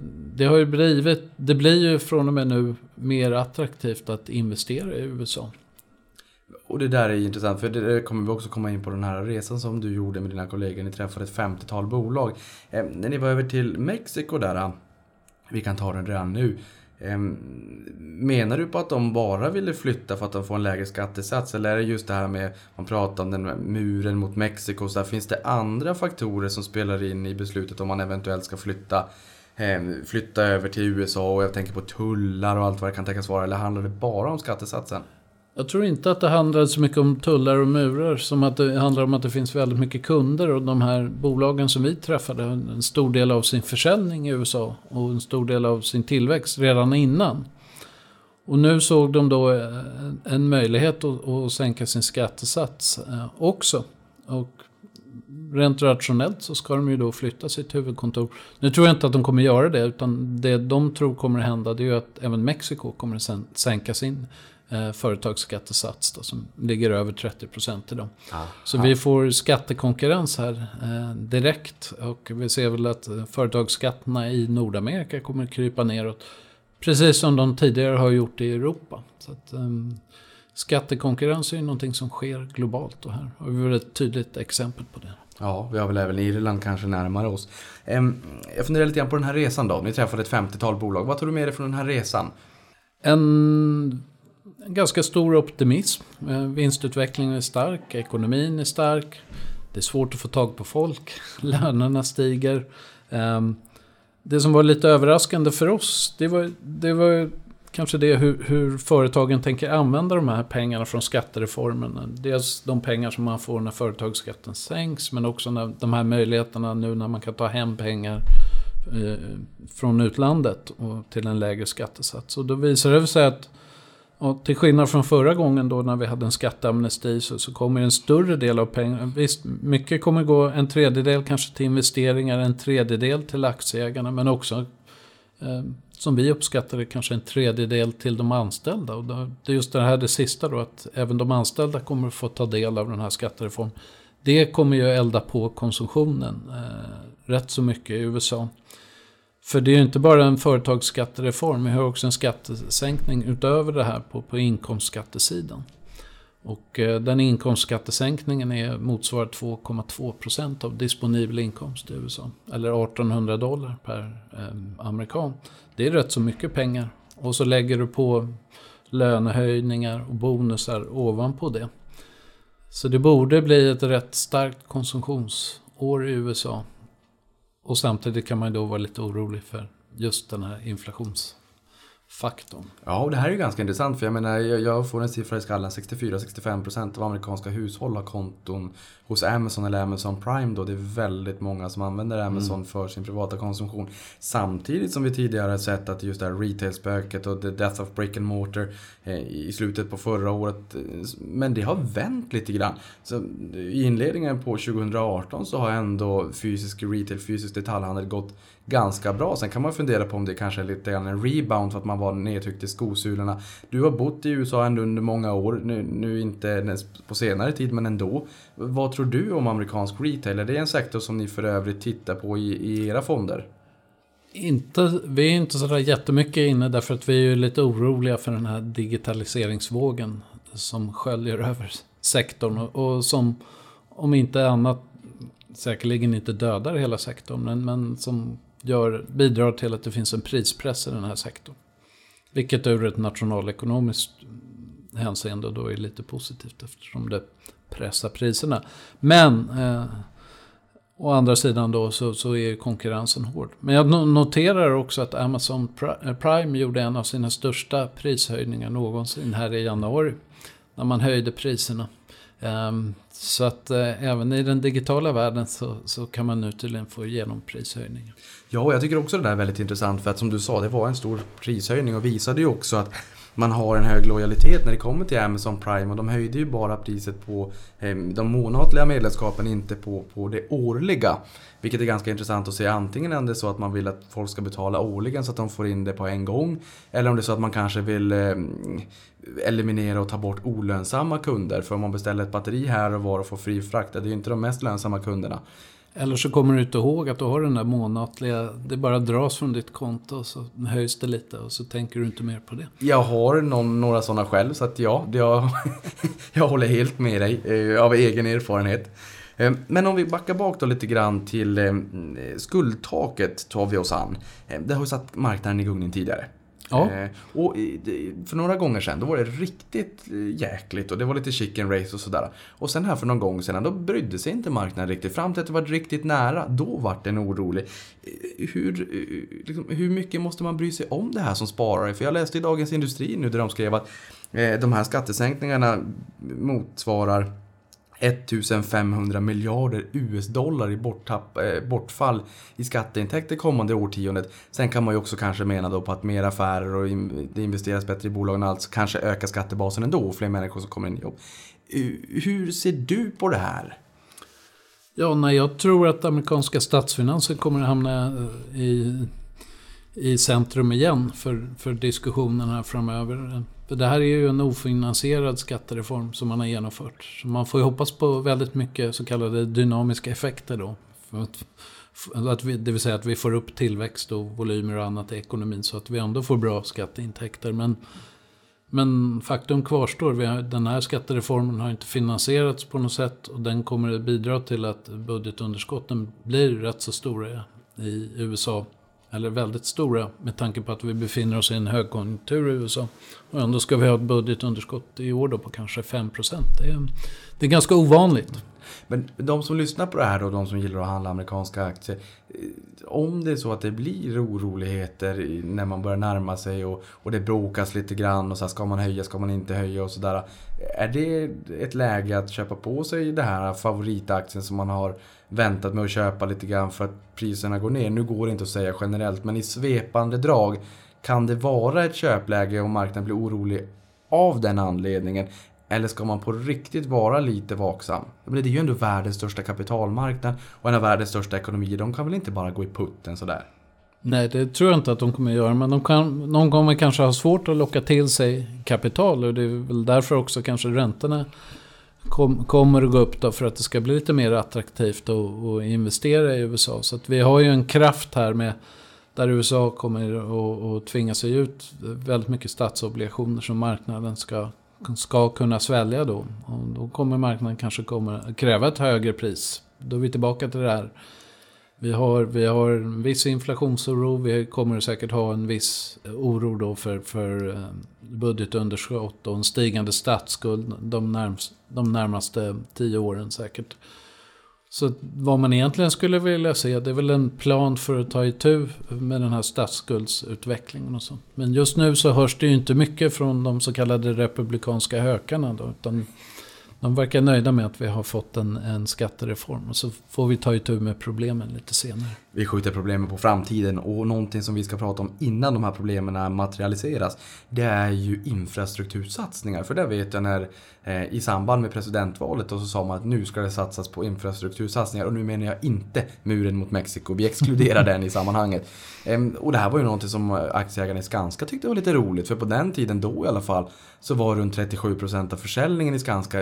det blir ju från och med nu mer attraktivt att investera i USA. Och det där är intressant, för det kommer vi också komma in på den här resan som du gjorde med dina kollegor. Ni träffade ett 50-tal bolag. När ni var över till Mexiko där, vi kan ta den redan nu. Menar du på att de bara ville flytta för att de får en lägre skattesats? Eller är det just det här med, man pratar om den muren mot Mexiko, så där, finns det andra faktorer som spelar in i beslutet om man eventuellt ska flytta över till USA? Och jag tänker på tullar och allt vad det kan tänkas vara. Eller handlar det bara om skattesatsen? Jag tror inte att det handlar så mycket om tullar och murar som att det handlar om att det finns väldigt mycket kunder, och de här bolagen som vi träffade en stor del av sin försäljning i USA och en stor del av sin tillväxt redan innan. Och nu såg de då en möjlighet att sänka sin skattesats också. Och rent rationellt så ska de ju då flytta sitt huvudkontor. Nu tror jag inte att de kommer göra det, utan det de tror kommer att hända, det är ju att även Mexiko kommer att sänka sin företagsskattesats då, som ligger över 30% idag. Så vi får skattekonkurrens här direkt, och vi ser väl att företagsskatterna i Nordamerika kommer att krypa neråt, precis som de tidigare har gjort i Europa. Så att, skattekonkurrens är ju någonting som sker globalt, och här har vi ett tydligt exempel på det. Ja, vi har väl även Irland kanske närmare oss. Jag funderar lite grann på den här resan då. Ni träffade ett 50-tal bolag. Vad tog du med dig från den här resan? En ganska stor optimism. Vinstutvecklingen är stark, ekonomin är stark. Det är svårt att få tag på folk. Lönerna stiger. Det som var lite överraskande för oss, det var kanske det hur företagen tänker använda de här pengarna från skattereformen. Dels de pengar som man får när företagsskatten sänks, men också när de här möjligheterna nu när man kan ta hem pengar från utlandet och till en lägre skattesats. Och då visar det sig att, och till skillnad från förra gången då när vi hade en skatteamnesti, så kommer en större del av pengarna, visst mycket kommer gå, en tredjedel kanske till investeringar, en tredjedel till aktieägarna, men också som vi uppskattade kanske en tredjedel till de anställda. Och det är just det sista då, att även de anställda kommer att få ta del av den här skattereformen. Det kommer ju elda på konsumtionen rätt så mycket i USA. För det är ju inte bara en företagsskattereform, vi har också en skattesänkning utöver det här på inkomstskattesidan. Och den inkomstskattesänkningen motsvarar 2,2% av disponibel inkomst i USA. Eller $1,800 per amerikan. Det är rätt så mycket pengar. Och så lägger du på lönehöjningar och bonusar ovanpå det. Så det borde bli ett rätt starkt konsumtionsår i USA. Och samtidigt kan man då vara lite orolig för just den här inflationsfaktorn. Ja, och det här är ju ganska intressant, för jag menar, jag får en siffra i skallen, 64-65% av amerikanska hushåll har konton hos Amazon eller Amazon Prime då. Det är väldigt många som använder Amazon för sin privata konsumtion. Samtidigt som vi tidigare har sett att just det här retail-spöket och the death of brick and mortar i slutet på förra året, men det har vänt lite grann. Så i inledningen på 2018 så har ändå fysisk retail, fysisk detaljhandel gått ganska bra. Sen kan man fundera på om det kanske är lite grann en rebound för att man var nedtryckt i skosulorna. Du har bott i USA ändå under många år, nu inte på senare tid, men ändå. Vad tror du om amerikansk retail? Är det en sektor som ni för övrigt tittar på i era fonder? Vi är inte så där jättemycket inne, därför att vi är ju lite oroliga för den här digitaliseringsvågen som sköljer över sektorn och som, om inte annat, säkerligen inte dödar hela sektorn, men som bidrar till att det finns en prispress i den här sektorn. Vilket ur ett nationalekonomiskt hänseende då är lite positivt, eftersom det pressar priserna. Men å andra sidan då så är konkurrensen hård. Men jag noterar också att Amazon Prime gjorde en av sina största prishöjningar någonsin här i januari, när man höjde priserna. Så att även i den digitala världen så kan man nu tydligen få igenom prishöjningar. Ja, jag tycker också det där är väldigt intressant, för att som du sa, det var en stor prishöjning och visade ju också att man har en hög lojalitet när det kommer till Amazon Prime, och de höjde ju bara priset på de månatliga medlemskapen, inte på det årliga. Vilket är ganska intressant att se. Antingen är det så att man vill att folk ska betala årligen så att de får in det på en gång, eller om det är så att man kanske vill eliminera och ta bort olönsamma kunder. För om man beställer ett batteri här och var och får fri frakt, det är ju inte de mest lönsamma kunderna. Eller så kommer du inte ihåg att du har den där månatliga, det bara dras från ditt konto och så höjs det lite och så tänker du inte mer på det. Jag har några sådana själv, så att ja, jag håller helt med dig av egen erfarenhet. Men om vi backar bak då lite grann till skuldtaket tar vi oss an. Det har ju satt marknaden i gungning tidigare. Ja. Och för några gånger sedan då var det riktigt jäkligt och det var lite chicken race och sådär. Och sen här för någon gång sedan då brydde sig inte marknaden riktigt. Fram till att det var riktigt nära, då var den orolig. Hur mycket måste man bry sig om det här som sparare? För jag läste i Dagens Industri nu där de skrev att de här skattesänkningarna motsvarar 1500 miljarder US-dollar i bortfall i skatteintäkter kommande årtiondet. Sen kan man ju också kanske mena då på att mer affärer och det investeras bättre i bolagen, alltså kanske ökar skattebasen ändå och fler människor som kommer in i jobb. Hur ser du på det här? Ja, jag tror att amerikanska statsfinanser kommer att hamna i centrum igen för diskussionerna framöver. För det här är ju en ofinansierad skattereform som man har genomfört. Så man får ju hoppas på väldigt mycket så kallade dynamiska effekter då. Det vill säga att vi får upp tillväxt och volymer och annat i ekonomin så att vi ändå får bra skatteintäkter. Men faktum kvarstår, den här skattereformen har inte finansierats på något sätt och den kommer att bidra till att budgetunderskotten blir rätt så stora i USA. Eller väldigt stora med tanke på att vi befinner oss i en högkonjunktur i USA. Och ändå ska vi ha ett budgetunderskott i år då på kanske 5%. Det är ganska ovanligt. Men de som lyssnar på det här då, de som gillar att handla amerikanska aktier, om det är så att det blir oroligheter när man börjar närma sig och det bråkas lite grann och så här, ska man höja, ska man inte höja och sådär. Är det ett läge att köpa på sig det här favoritaktien som man har väntat med att köpa lite grann för att priserna går ner? Nu går det inte att säga generellt, men i svepande drag kan det vara ett köpläge om marknaden blir orolig av den anledningen? Eller ska man på riktigt vara lite vaksam? Det är ju ändå världens största kapitalmarknad och en av världens största ekonomier. De kan väl inte bara gå i putten sådär? Nej, det tror jag inte att de kommer göra. Men de kommer kanske ha svårt att locka till sig kapital. Och det är väl därför också kanske räntorna kommer att gå upp då, för att det ska bli lite mer attraktivt att investera i USA. Så att vi har ju en kraft här med där USA kommer att tvinga sig ut väldigt mycket statsobligationer som marknaden ska kunna svälja då. Och då kommer marknaden kanske kräva ett högre pris. Då är vi tillbaka till det här. Vi har en viss inflationsoro. Vi kommer säkert ha en viss oro då för budgetunderskott och en stigande statsskuld de närmaste 10 åren säkert. Så vad man egentligen skulle vilja se, det är väl en plan för att ta itu med den här statsskuldsutvecklingen och så. Men just nu så hörs det ju inte mycket från de så kallade republikanska hökarna då, utan de verkar nöjda med att vi har fått en skattereform och så får vi ta itu med problemen lite senare. Vi skjuter problemen på framtiden och någonting som vi ska prata om innan de här problemen materialiseras, det är ju infrastruktursatsningar. För det vet jag när i samband med presidentvalet och så sa man att nu ska det satsas på infrastruktursatsningar och nu menar jag inte muren mot Mexiko. Vi exkluderar den i sammanhanget. Och det här var ju någonting som aktieägarna i Skanska tyckte var lite roligt, för på den tiden då i alla fall så var runt 37% av försäljningen i Skanska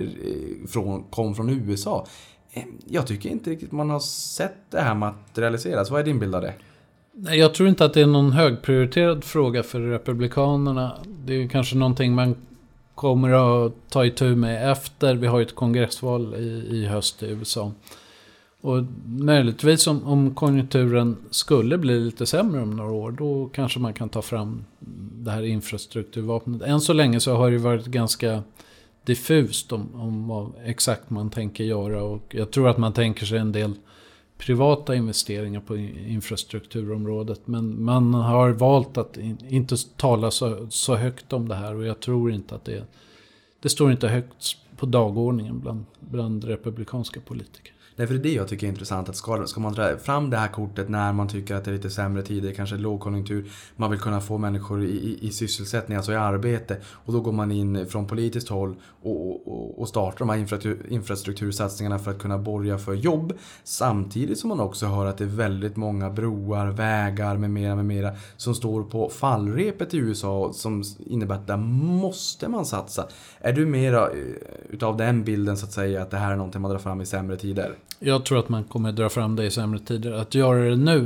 kom från USA. Jag tycker inte riktigt man har sett det här materialiseras. Vad är din bild av det? Nej, jag tror inte att det är någon högprioriterad fråga för republikanerna. Det är kanske någonting man kommer att ta itu med efter. Vi har ju ett kongressval i höst i USA. Och möjligtvis om konjunkturen skulle bli lite sämre om några år, då kanske man kan ta fram det här infrastrukturvapnet. Än så länge så har det varit ganska diffust om vad exakt man tänker göra, och jag tror att man tänker sig en del privata investeringar på infrastrukturområdet, men man har valt att inte tala så högt om det här, och jag tror inte att det står inte högt på dagordningen bland republikanska politiker. Därför är det jag tycker är intressant, att ska man dra fram det här kortet när man tycker att det är lite sämre tider, kanske lågkonjunktur, man vill kunna få människor i sysselsättning, alltså i arbete, och då går man in från politiskt håll och startar de här infrastruktursatsningarna för att kunna borga för jobb, samtidigt som man också hör att det är väldigt många broar, vägar med mera som står på fallrepet i USA, som innebär att där måste man satsa. Är du mera utav den bilden, så att säga, att det här är någonting man drar fram i sämre tider? Jag tror att man kommer dra fram det i sämre tider. Att göra det nu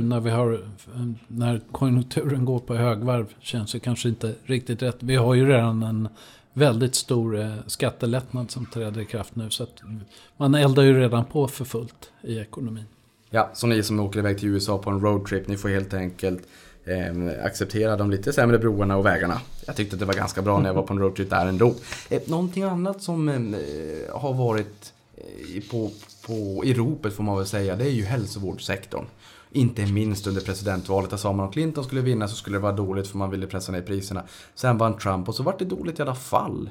när konjunkturen går på högvarv känns ju kanske inte riktigt rätt. Vi har ju redan en väldigt stor skattelättnad som träder i kraft nu, så att man eldar ju redan på för fullt i ekonomin. Ja, så ni som åker iväg till USA på en roadtrip, ni får helt enkelt acceptera de lite sämre broarna och vägarna. Jag tyckte att det var ganska bra när jag var på en roadtrip där ändå. Någonting annat som har varit i ropet, får man väl säga, det är ju hälsovårdssektorn. Inte minst under presidentvalet, där sa man om Clinton skulle vinna så skulle det vara dåligt för man ville pressa ner priserna. Sen vann Trump och så var det dåligt i alla fall.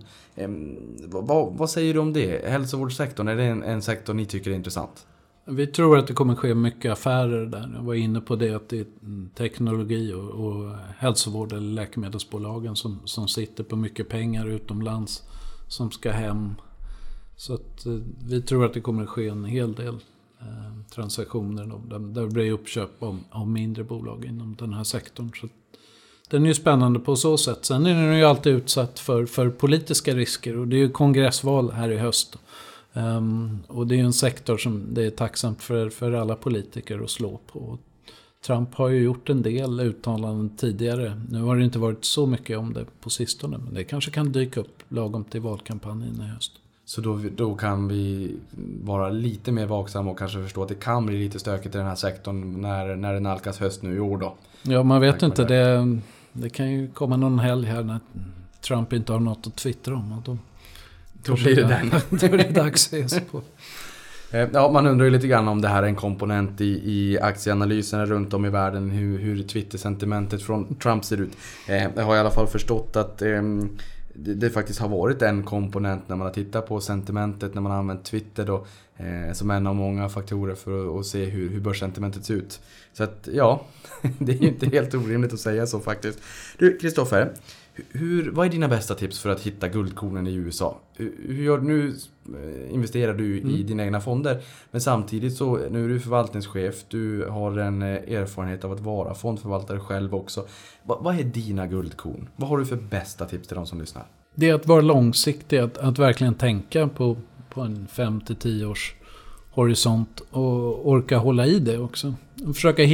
Vad säger du om det? Hälsovårdssektorn, är det en sektor ni tycker är intressant? Vi tror att det kommer ske mycket affärer där. Jag var inne på det, att det är teknologi och hälsovård eller läkemedelsbolagen som sitter på mycket pengar utomlands som ska hem. Så att vi tror att det kommer ske en hel del transaktioner där det blir uppköp av mindre bolag inom den här sektorn. Så den är ju spännande på så sätt. Sen är den ju alltid utsatt för politiska risker, och det är ju kongressval här i höst. Och det är ju en sektor som det är tacksamt för alla politiker att slå på. Trump har ju gjort en del uttalanden tidigare. Nu har det inte varit så mycket om det på sistone, men det kanske kan dyka upp lagom till valkampanjen i höst. Så då kan vi vara lite mer vaksamma och kanske förstå att det kan bli lite stökigt i den här sektorn när det nalkas höst nu i år då. Ja, man vet inte. Det kan ju komma någon helg här när Trump inte har något att twittra om, och då blir det den. Då är det dags att se på. Ja, man undrar ju lite grann om det här är en komponent i aktieanalyserna runt om i världen, hur Twitter-sentimentet från Trump ser ut. Jag har i alla fall förstått att det faktiskt har varit en komponent när man har tittat på sentimentet, när man har använt Twitter då, som en av många faktorer för att se hur börssentimentet ser ut. Så att ja, det är ju inte helt orimligt att säga så faktiskt. Du, Kristoffer, vad är dina bästa tips för att hitta guldkornen i USA? Hur gör du nu? Investerar du i dina egna fonder, men samtidigt så nu är du förvaltningschef, du har en erfarenhet av att vara fondförvaltare själv också. Vad är dina guldkorn? Vad har du för bästa tips till de som lyssnar? Det är att vara långsiktig, att verkligen tänka på en 5-10 års horisont och orka hålla i det också. Och försöka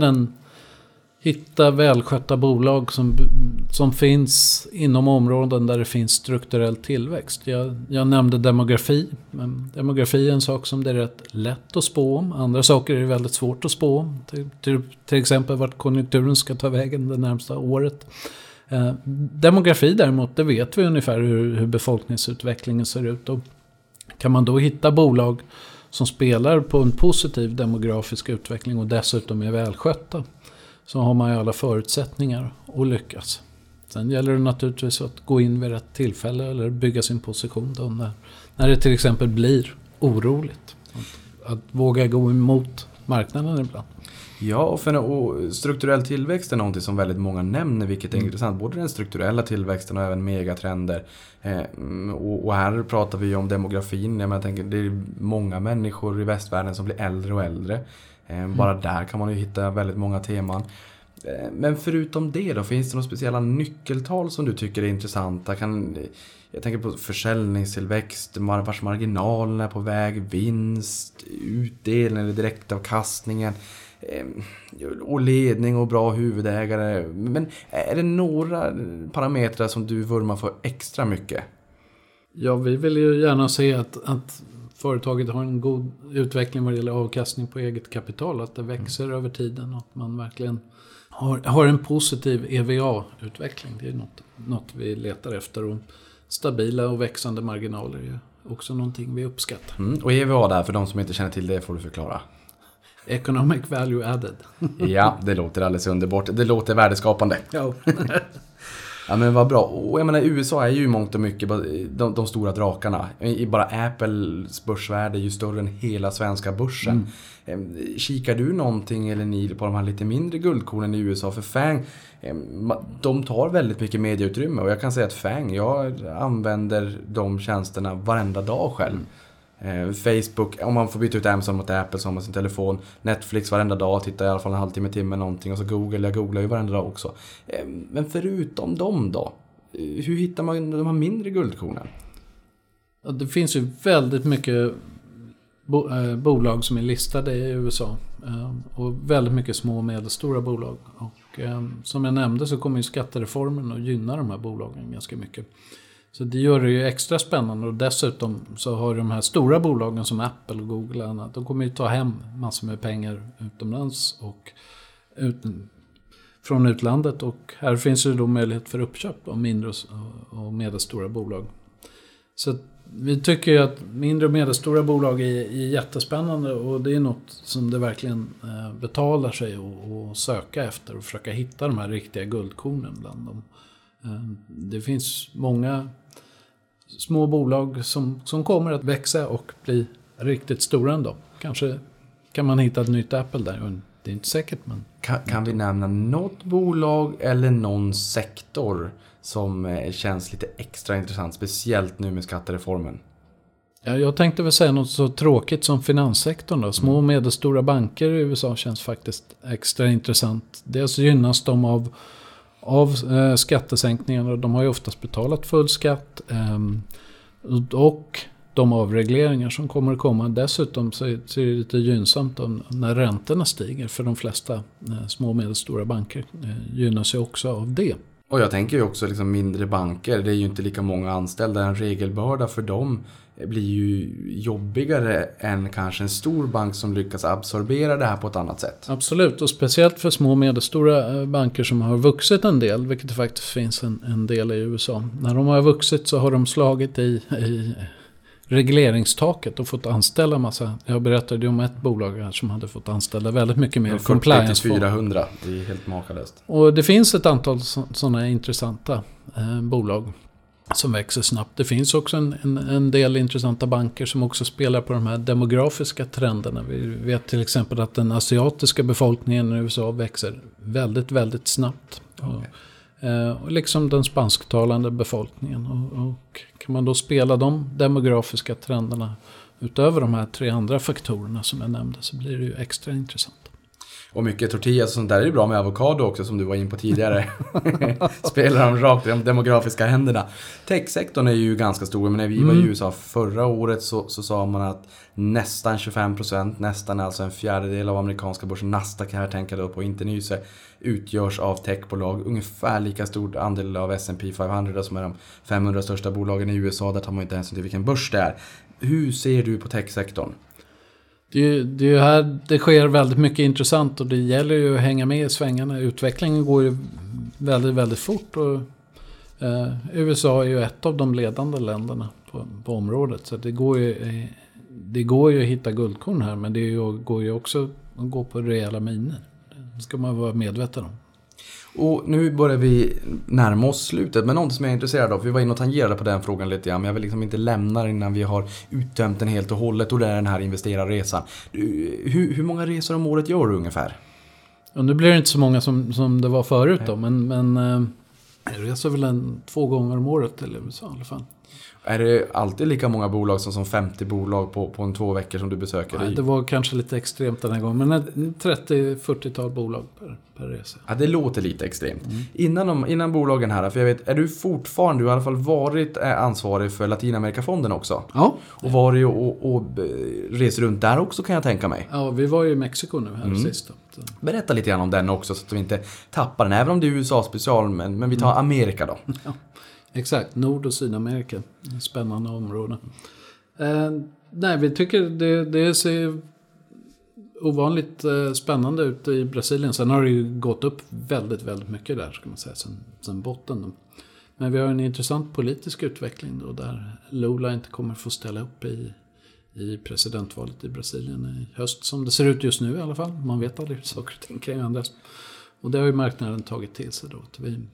hitta välskötta bolag som finns inom områden där det finns strukturell tillväxt. Jag nämnde demografi. Men demografi är en sak som det är rätt lätt att spå om. Andra saker är det väldigt svårt att spå om. Till exempel vart konjunkturen ska ta vägen det närmsta året. Demografi däremot, det vet vi ungefär hur befolkningsutvecklingen ser ut. Och kan man då hitta bolag som spelar på en positiv demografisk utveckling och dessutom är välskötta, så har man ju alla förutsättningar att lyckas. Sen gäller det naturligtvis att gå in vid rätt tillfälle eller bygga sin position då när det till exempel blir oroligt. Att våga gå emot marknaden ibland. Ja, och strukturell tillväxt är någonting som väldigt många nämner, vilket är intressant. Både den strukturella tillväxten och även megatrender. Och här pratar vi om demografin. Jag tänker, det är många människor i västvärlden som blir äldre och äldre. Bara där kan man ju hitta väldigt många teman. Men förutom det då, finns det några speciella nyckeltal som du tycker är intressanta? Jag tänker på försäljningstillväxt, vars marginalen är på väg, vinst, utdelning eller direktavkastningen, och ledning och bra huvudägare. Men är det några parametrar som du vurmar för extra mycket? Ja, vi vill ju gärna se att företaget har en god utveckling vad det gäller avkastning på eget kapital, att det växer över tiden och att man verkligen har en positiv EVA-utveckling. Det är något vi letar efter, och stabila och växande marginaler är också någonting vi uppskattar. Och EVA där, för de som inte känner till det får du förklara. Economic value added. Ja, det låter alldeles underbart. Det låter värdeskapande. Ja. Ja, men vad bra. Och jag menar, USA är ju i mångt och mycket de stora drakarna. Bara Apples börsvärde är ju större än hela svenska börsen. Kikar du någonting eller ni på de här lite mindre guldkornen i USA? För FANG, de tar väldigt mycket medieutrymme. Och jag kan säga att FANG, jag använder de tjänsterna varenda dag själv. Facebook, om man får byta ut Amazon mot Apple så har man sin telefon. Netflix varenda dag, tittar i alla fall en halvtimme, timme någonting. Och så Google, jag googlar ju varenda dag också. Men förutom dem då, hur hittar man de här mindre guldkornen? Ja, det finns ju väldigt mycket bolag som är listade i USA. Och väldigt mycket små och medelstora bolag. Och som jag nämnde så kommer ju skattereformen att gynna de här bolagen ganska mycket. Så det gör det ju extra spännande, och dessutom så har de här stora bolagen som Apple och Google och annat, de kommer ju ta hem massor med pengar utomlands och från utlandet, och här finns ju då möjlighet för uppköp av mindre och medelstora bolag. Så vi tycker ju att mindre och medelstora bolag är jättespännande, och det är något som det verkligen betalar sig att söka efter och försöka hitta de här riktiga guldkornen bland dem. Det finns många små bolag som kommer att växa och bli riktigt stora ändå. Kanske kan man hitta ett nytt Apple där. Det är inte säkert. Men kan vi nämna något bolag eller någon sektor som känns lite extra intressant, speciellt nu med skattereformen? Ja, jag tänkte väl säga något så tråkigt som finanssektorn då. Små och medelstora banker i USA känns faktiskt extra intressant. Dels gynnas de av skattesänkningarna. De har ju oftast betalat full skatt. Och de avregleringar som kommer att komma. Dessutom så är det lite gynnsamt när räntorna stiger. För de flesta små och medelstora banker gynnas ju också av det. Och jag tänker ju också liksom mindre banker. Det är ju inte lika många anställda. En regelbörda för dem blir ju jobbigare än kanske en stor bank som lyckas absorbera det här på ett annat sätt. Absolut, och speciellt för små och medelstora banker som har vuxit en del, vilket det faktiskt finns en del i USA. När de har vuxit så har de slagit i regleringstaket och fått anställa massa. Jag berättade ju om ett bolag här som hade fått anställa väldigt mycket mer compliance. 40-400, det är helt makalöst. Och det finns ett antal sådana intressanta bolag som växer snabbt. Det finns också en del intressanta banker som också spelar på de här demografiska trenderna. Vi vet till exempel att den asiatiska befolkningen i USA växer väldigt, väldigt snabbt. Okay. Och liksom den spansktalande befolkningen. Och kan man då spela de demografiska trenderna utöver de här 3 andra faktorerna som jag nämnde, så blir det ju extra intressant. Och mycket tortillas och sånt där är ju bra med avokado också, som du var in på tidigare. Spelar de rakt i de demografiska händerna. Techsektorn är ju ganska stor, men när vi var i USA förra året så sa man att nästan 25%, nästan alltså en fjärdedel av amerikanska börsen, Nasdaq här tänker jag då på, inte Nyse, utgörs av techbolag. Ungefär lika stor andel av S&P 500 som är de 500 största bolagen i USA. Där tar man inte hänsyn till vilken börs det är. Hur ser du på techsektorn? Det är ju här det sker väldigt mycket intressant, och det gäller ju att hänga med i svängarna. Utvecklingen går ju väldigt, väldigt fort, och USA är ju ett av de ledande länderna på området. Så det går ju att hitta guldkorn här, men det går ju också att gå på rejäla miner. Det ska man vara medveten om. Och nu börjar vi närma oss slutet, men något som jag är intresserad av, vi var inne och tangerade på den frågan lite grann, men jag vill liksom inte lämna innan vi har uttömt den helt och hållet, och det är den här investerarresan. Hur många resor om året gör du ungefär? Och nu blir det inte så många som det var förut då, men jag reser väl 2 gånger om året till USA i alla fall. Är det alltid lika många bolag som 50 bolag på en 2 veckor som du besöker? Nej, det var kanske lite extremt den här gången. Men 30-40-tal bolag per resa. Ja, det låter lite extremt. Innan bolagen här, för jag vet, är du fortfarande, du har i alla fall varit ansvarig för Latinamerikafonden också? Ja. Och var du och reser runt där också, kan jag tänka mig? Ja, vi var ju i Mexiko nu här sist. Berätta lite grann om den också, så att vi inte tappar den. Även om det är USA-special, men vi tar Amerika då. Ja. Exakt, Nord- och Sydamerika. Spännande områden. Nej, vi tycker det ser ovanligt spännande ut i Brasilien. Sen har det ju gått upp väldigt, väldigt mycket där, ska man säga, sen botten. Men vi har en intressant politisk utveckling då, där Lula inte kommer få ställa upp i presidentvalet i Brasilien i höst. Som det ser ut just nu i alla fall. Man vet aldrig hur saker och ting kan ändras. Och det har ju marknaden tagit till sig då.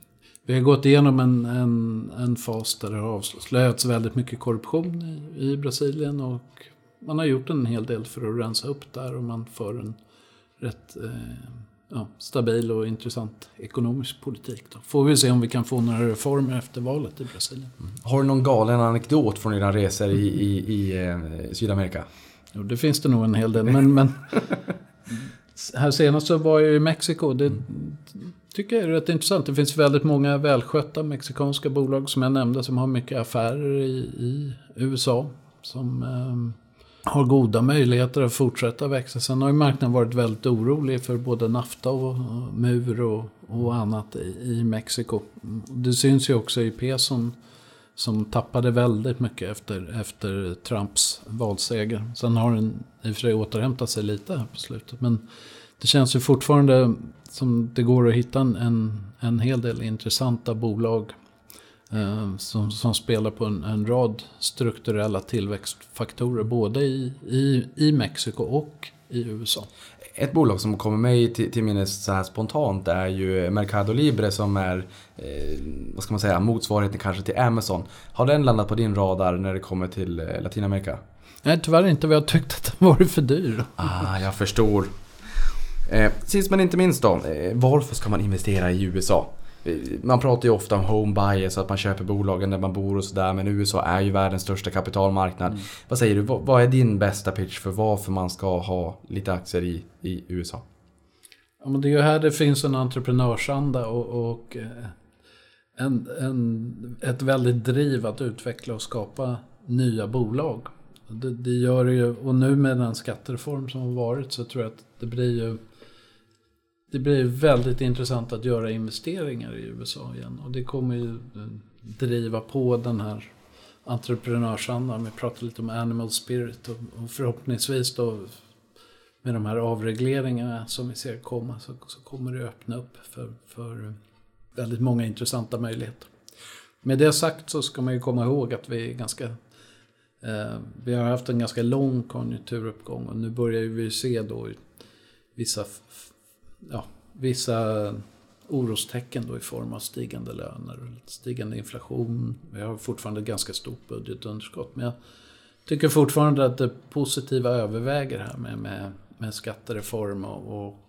Vi har gått igenom en fas där det har avslöjats väldigt mycket korruption i Brasilien. Och man har gjort en hel del för att rensa upp där. Och man för en rätt stabil och intressant ekonomisk politik. Då får vi se om vi kan få några reformer efter valet i Brasilien. Har du någon galen anekdot från dina resor i Sydamerika? Jo, det finns det nog en hel del. Men här senast så var jag i Mexiko. Det tycker jag är rätt intressant. Det finns väldigt många välskötta mexikanska bolag som jag nämnde som har mycket affärer i USA. Som har goda möjligheter att fortsätta växa. Sen har ju marknaden varit väldigt orolig för både NAFTA och mur och annat i Mexiko. Det syns ju också i peson som tappade väldigt mycket efter Trumps valseger. Sen har den i och för sig återhämtat sig lite här på slutet. Men det känns ju fortfarande som det går att hitta en hel del intressanta bolag som spelar på en rad strukturella tillväxtfaktorer både i Mexiko och i USA. Ett bolag som kommer mig till minnes så här spontant är ju Mercado Libre som är vad ska man säga, motsvarigheten kanske till Amazon. Har den landat på din radar när det kommer till Latinamerika? Nej, tyvärr inte. Vi har tyckt att den varit för dyr. Jag förstår. Sist men inte minst då, varför ska man investera i USA? Man pratar ju ofta om home bias, att man köper bolagen där man bor och sådär, men USA är ju världens största kapitalmarknad. Vad säger du, vad är din bästa pitch för varför man ska ha lite aktier i USA? Ja, men det är ju här det finns en entreprenörsanda och ett väldigt driv att utveckla och skapa nya bolag. Det gör det ju, och nu med den skattereform som har varit så tror jag att det blir väldigt intressant att göra investeringar i USA igen. Och det kommer ju driva på den här entreprenörsandan. Vi pratar lite om animal spirit och förhoppningsvis då med de här avregleringarna som vi ser komma så kommer det öppna upp för väldigt många intressanta möjligheter. Med det sagt så ska man ju komma ihåg att vi har haft en ganska lång konjunkturuppgång och nu börjar vi se då vissa orostecken då i form av stigande löner och stigande inflation. Vi har fortfarande ganska stort budgetunderskott, men jag tycker fortfarande att det positiva överväger här med skattereform och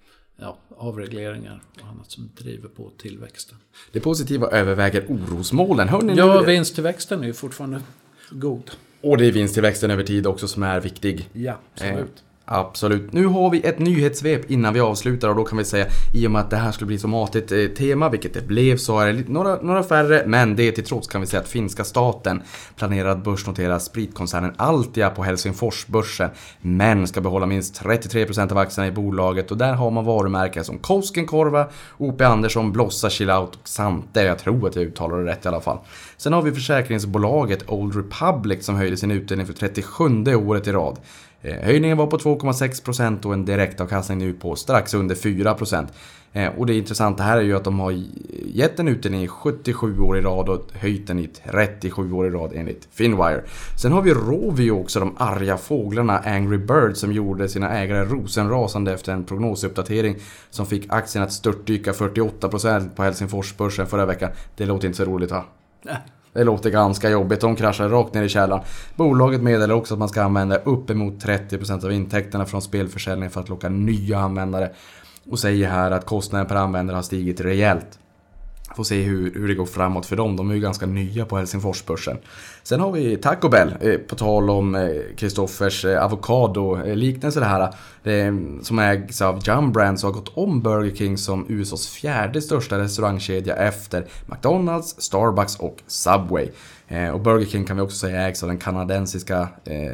avregleringar och annat som driver på tillväxten. Det positiva överväger orosmålen. Hör ni nu? Ja, vinsttillväxten är ju fortfarande god. Och det är vinsttillväxten över tid också som är viktig. Ja, absolut. Absolut. Nu har vi ett nyhetssvep innan vi avslutar och då kan vi säga, i och med att det här skulle bli så matigt tema, vilket det blev, så är det några färre, men det till trots kan vi säga att finska staten planerar att börsnotera spritkoncernen Altia på Helsingforsbörsen, men ska behålla minst 33% av aktierna i bolaget, och där har man varumärken som Koskenkorva, O.P. Andersson, Blossa, Chillout och Sante. Jag tror att jag uttalar det rätt i alla fall. Sen har vi försäkringsbolaget Old Republic som höjde sin utdelning för 37:e året i rad. Höjningen var på 2,6% och en direktavkastning nu på strax under 4%. Och det intressanta här är ju att de har gett en utdelning i 77 år i rad och höjt den i 37 år i rad enligt Finwire. Sen har vi Rovio också, de arga fåglarna Angry Birds, som gjorde sina ägare rosenrasande efter en prognosuppdatering som fick aktien att störtdyka 48% på Helsingforsbörsen förra veckan. Det låter inte så roligt, va? Det låter ganska jobbigt. De kraschar rakt ner i källaren. Bolaget meddelar också att man ska använda uppemot 30% av intäkterna från spelförsäljning för att locka nya användare. Och säger här att kostnaden per användare har stigit rejält. Får se hur det går framåt för dem. De är ju ganska nya på Helsingforsbörsen. Sen har vi Taco Bell. På tal om Kristoffers avokado-liknelse det här. Som ägs av Yum Brands och har gått om Burger King som USAs fjärde största restaurangkedja efter McDonald's, Starbucks och Subway. Och Burger King kan vi också säga ägs av den kanadensiska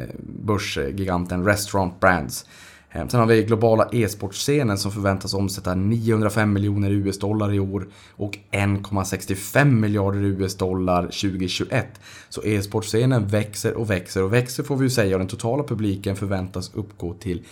börsgiganten Restaurant Brands. Sen har vi globala e-sportscenen som förväntas omsätta 905 miljoner US-dollar i år och 1,65 miljarder US-dollar 2021. Så e-sportscenen växer och växer och växer, får vi ju säga, och den totala publiken förväntas uppgå till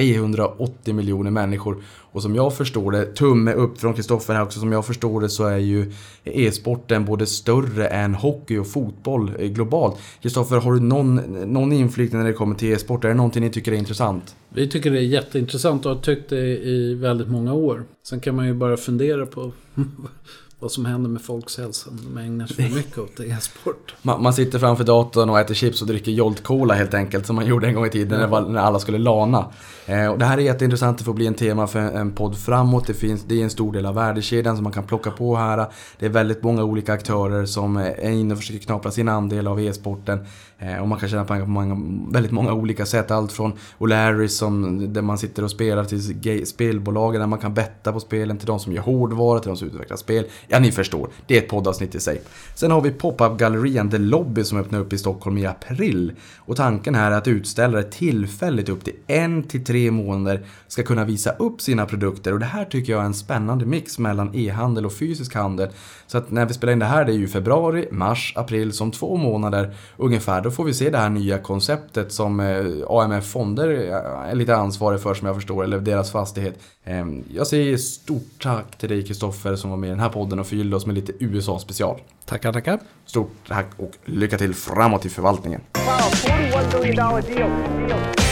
380 miljoner människor. Och som jag förstår det, tumme upp från Kristoffer här också, som jag förstår det så är ju e-sporten både större än hockey och fotboll globalt. Kristoffer, har du någon inflytande när det kommer till e-sport? Är det någonting ni tycker är intressant? Vi tycker det är jätteintressant och har tyckt det i väldigt många år. Sen kan man ju bara fundera på vad som händer med folks hälsa om de ägnar sig för mycket åt e-sport. Man sitter framför datorn och äter chips och dricker Jolt Cola helt enkelt, som man gjorde en gång i tiden när alla skulle lana. Och det här är jätteintressant, det får bli en tema för en podd framåt. Det är en stor del av värdekedjan som man kan plocka på här. Det är väldigt många olika aktörer som är inne och försöker knapra sin andel av e-sporten. Och man kan tjäna pengar på väldigt många olika sätt. Allt från O'Larry där man sitter och spelar till spelbolagen där man kan betta på spelen, till de som gör hårdvara, till de som utvecklar spel. Ja, ni förstår. Det är ett poddavsnitt i sig. Sen har vi Pop-Up-gallerian The Lobby som öppnar upp i Stockholm i april. Och tanken här är att utställare tillfälligt upp till 1-3 månader ska kunna visa upp sina produkter. Och det här tycker jag är en spännande mix mellan e-handel och fysisk handel. Så att när vi spelar in det här, det är ju februari, mars, april, som 2 månader ungefär. Då får vi se det här nya konceptet som AMF Fonder är lite ansvarig för, som jag förstår, eller deras fastighet. Jag säger stort tack till dig, Kristoffer, som var med i den här podden och fyllde oss med lite USA-special. Tackar. Stort tack och lycka till framåt i förvaltningen. Wow, $41 billion deal.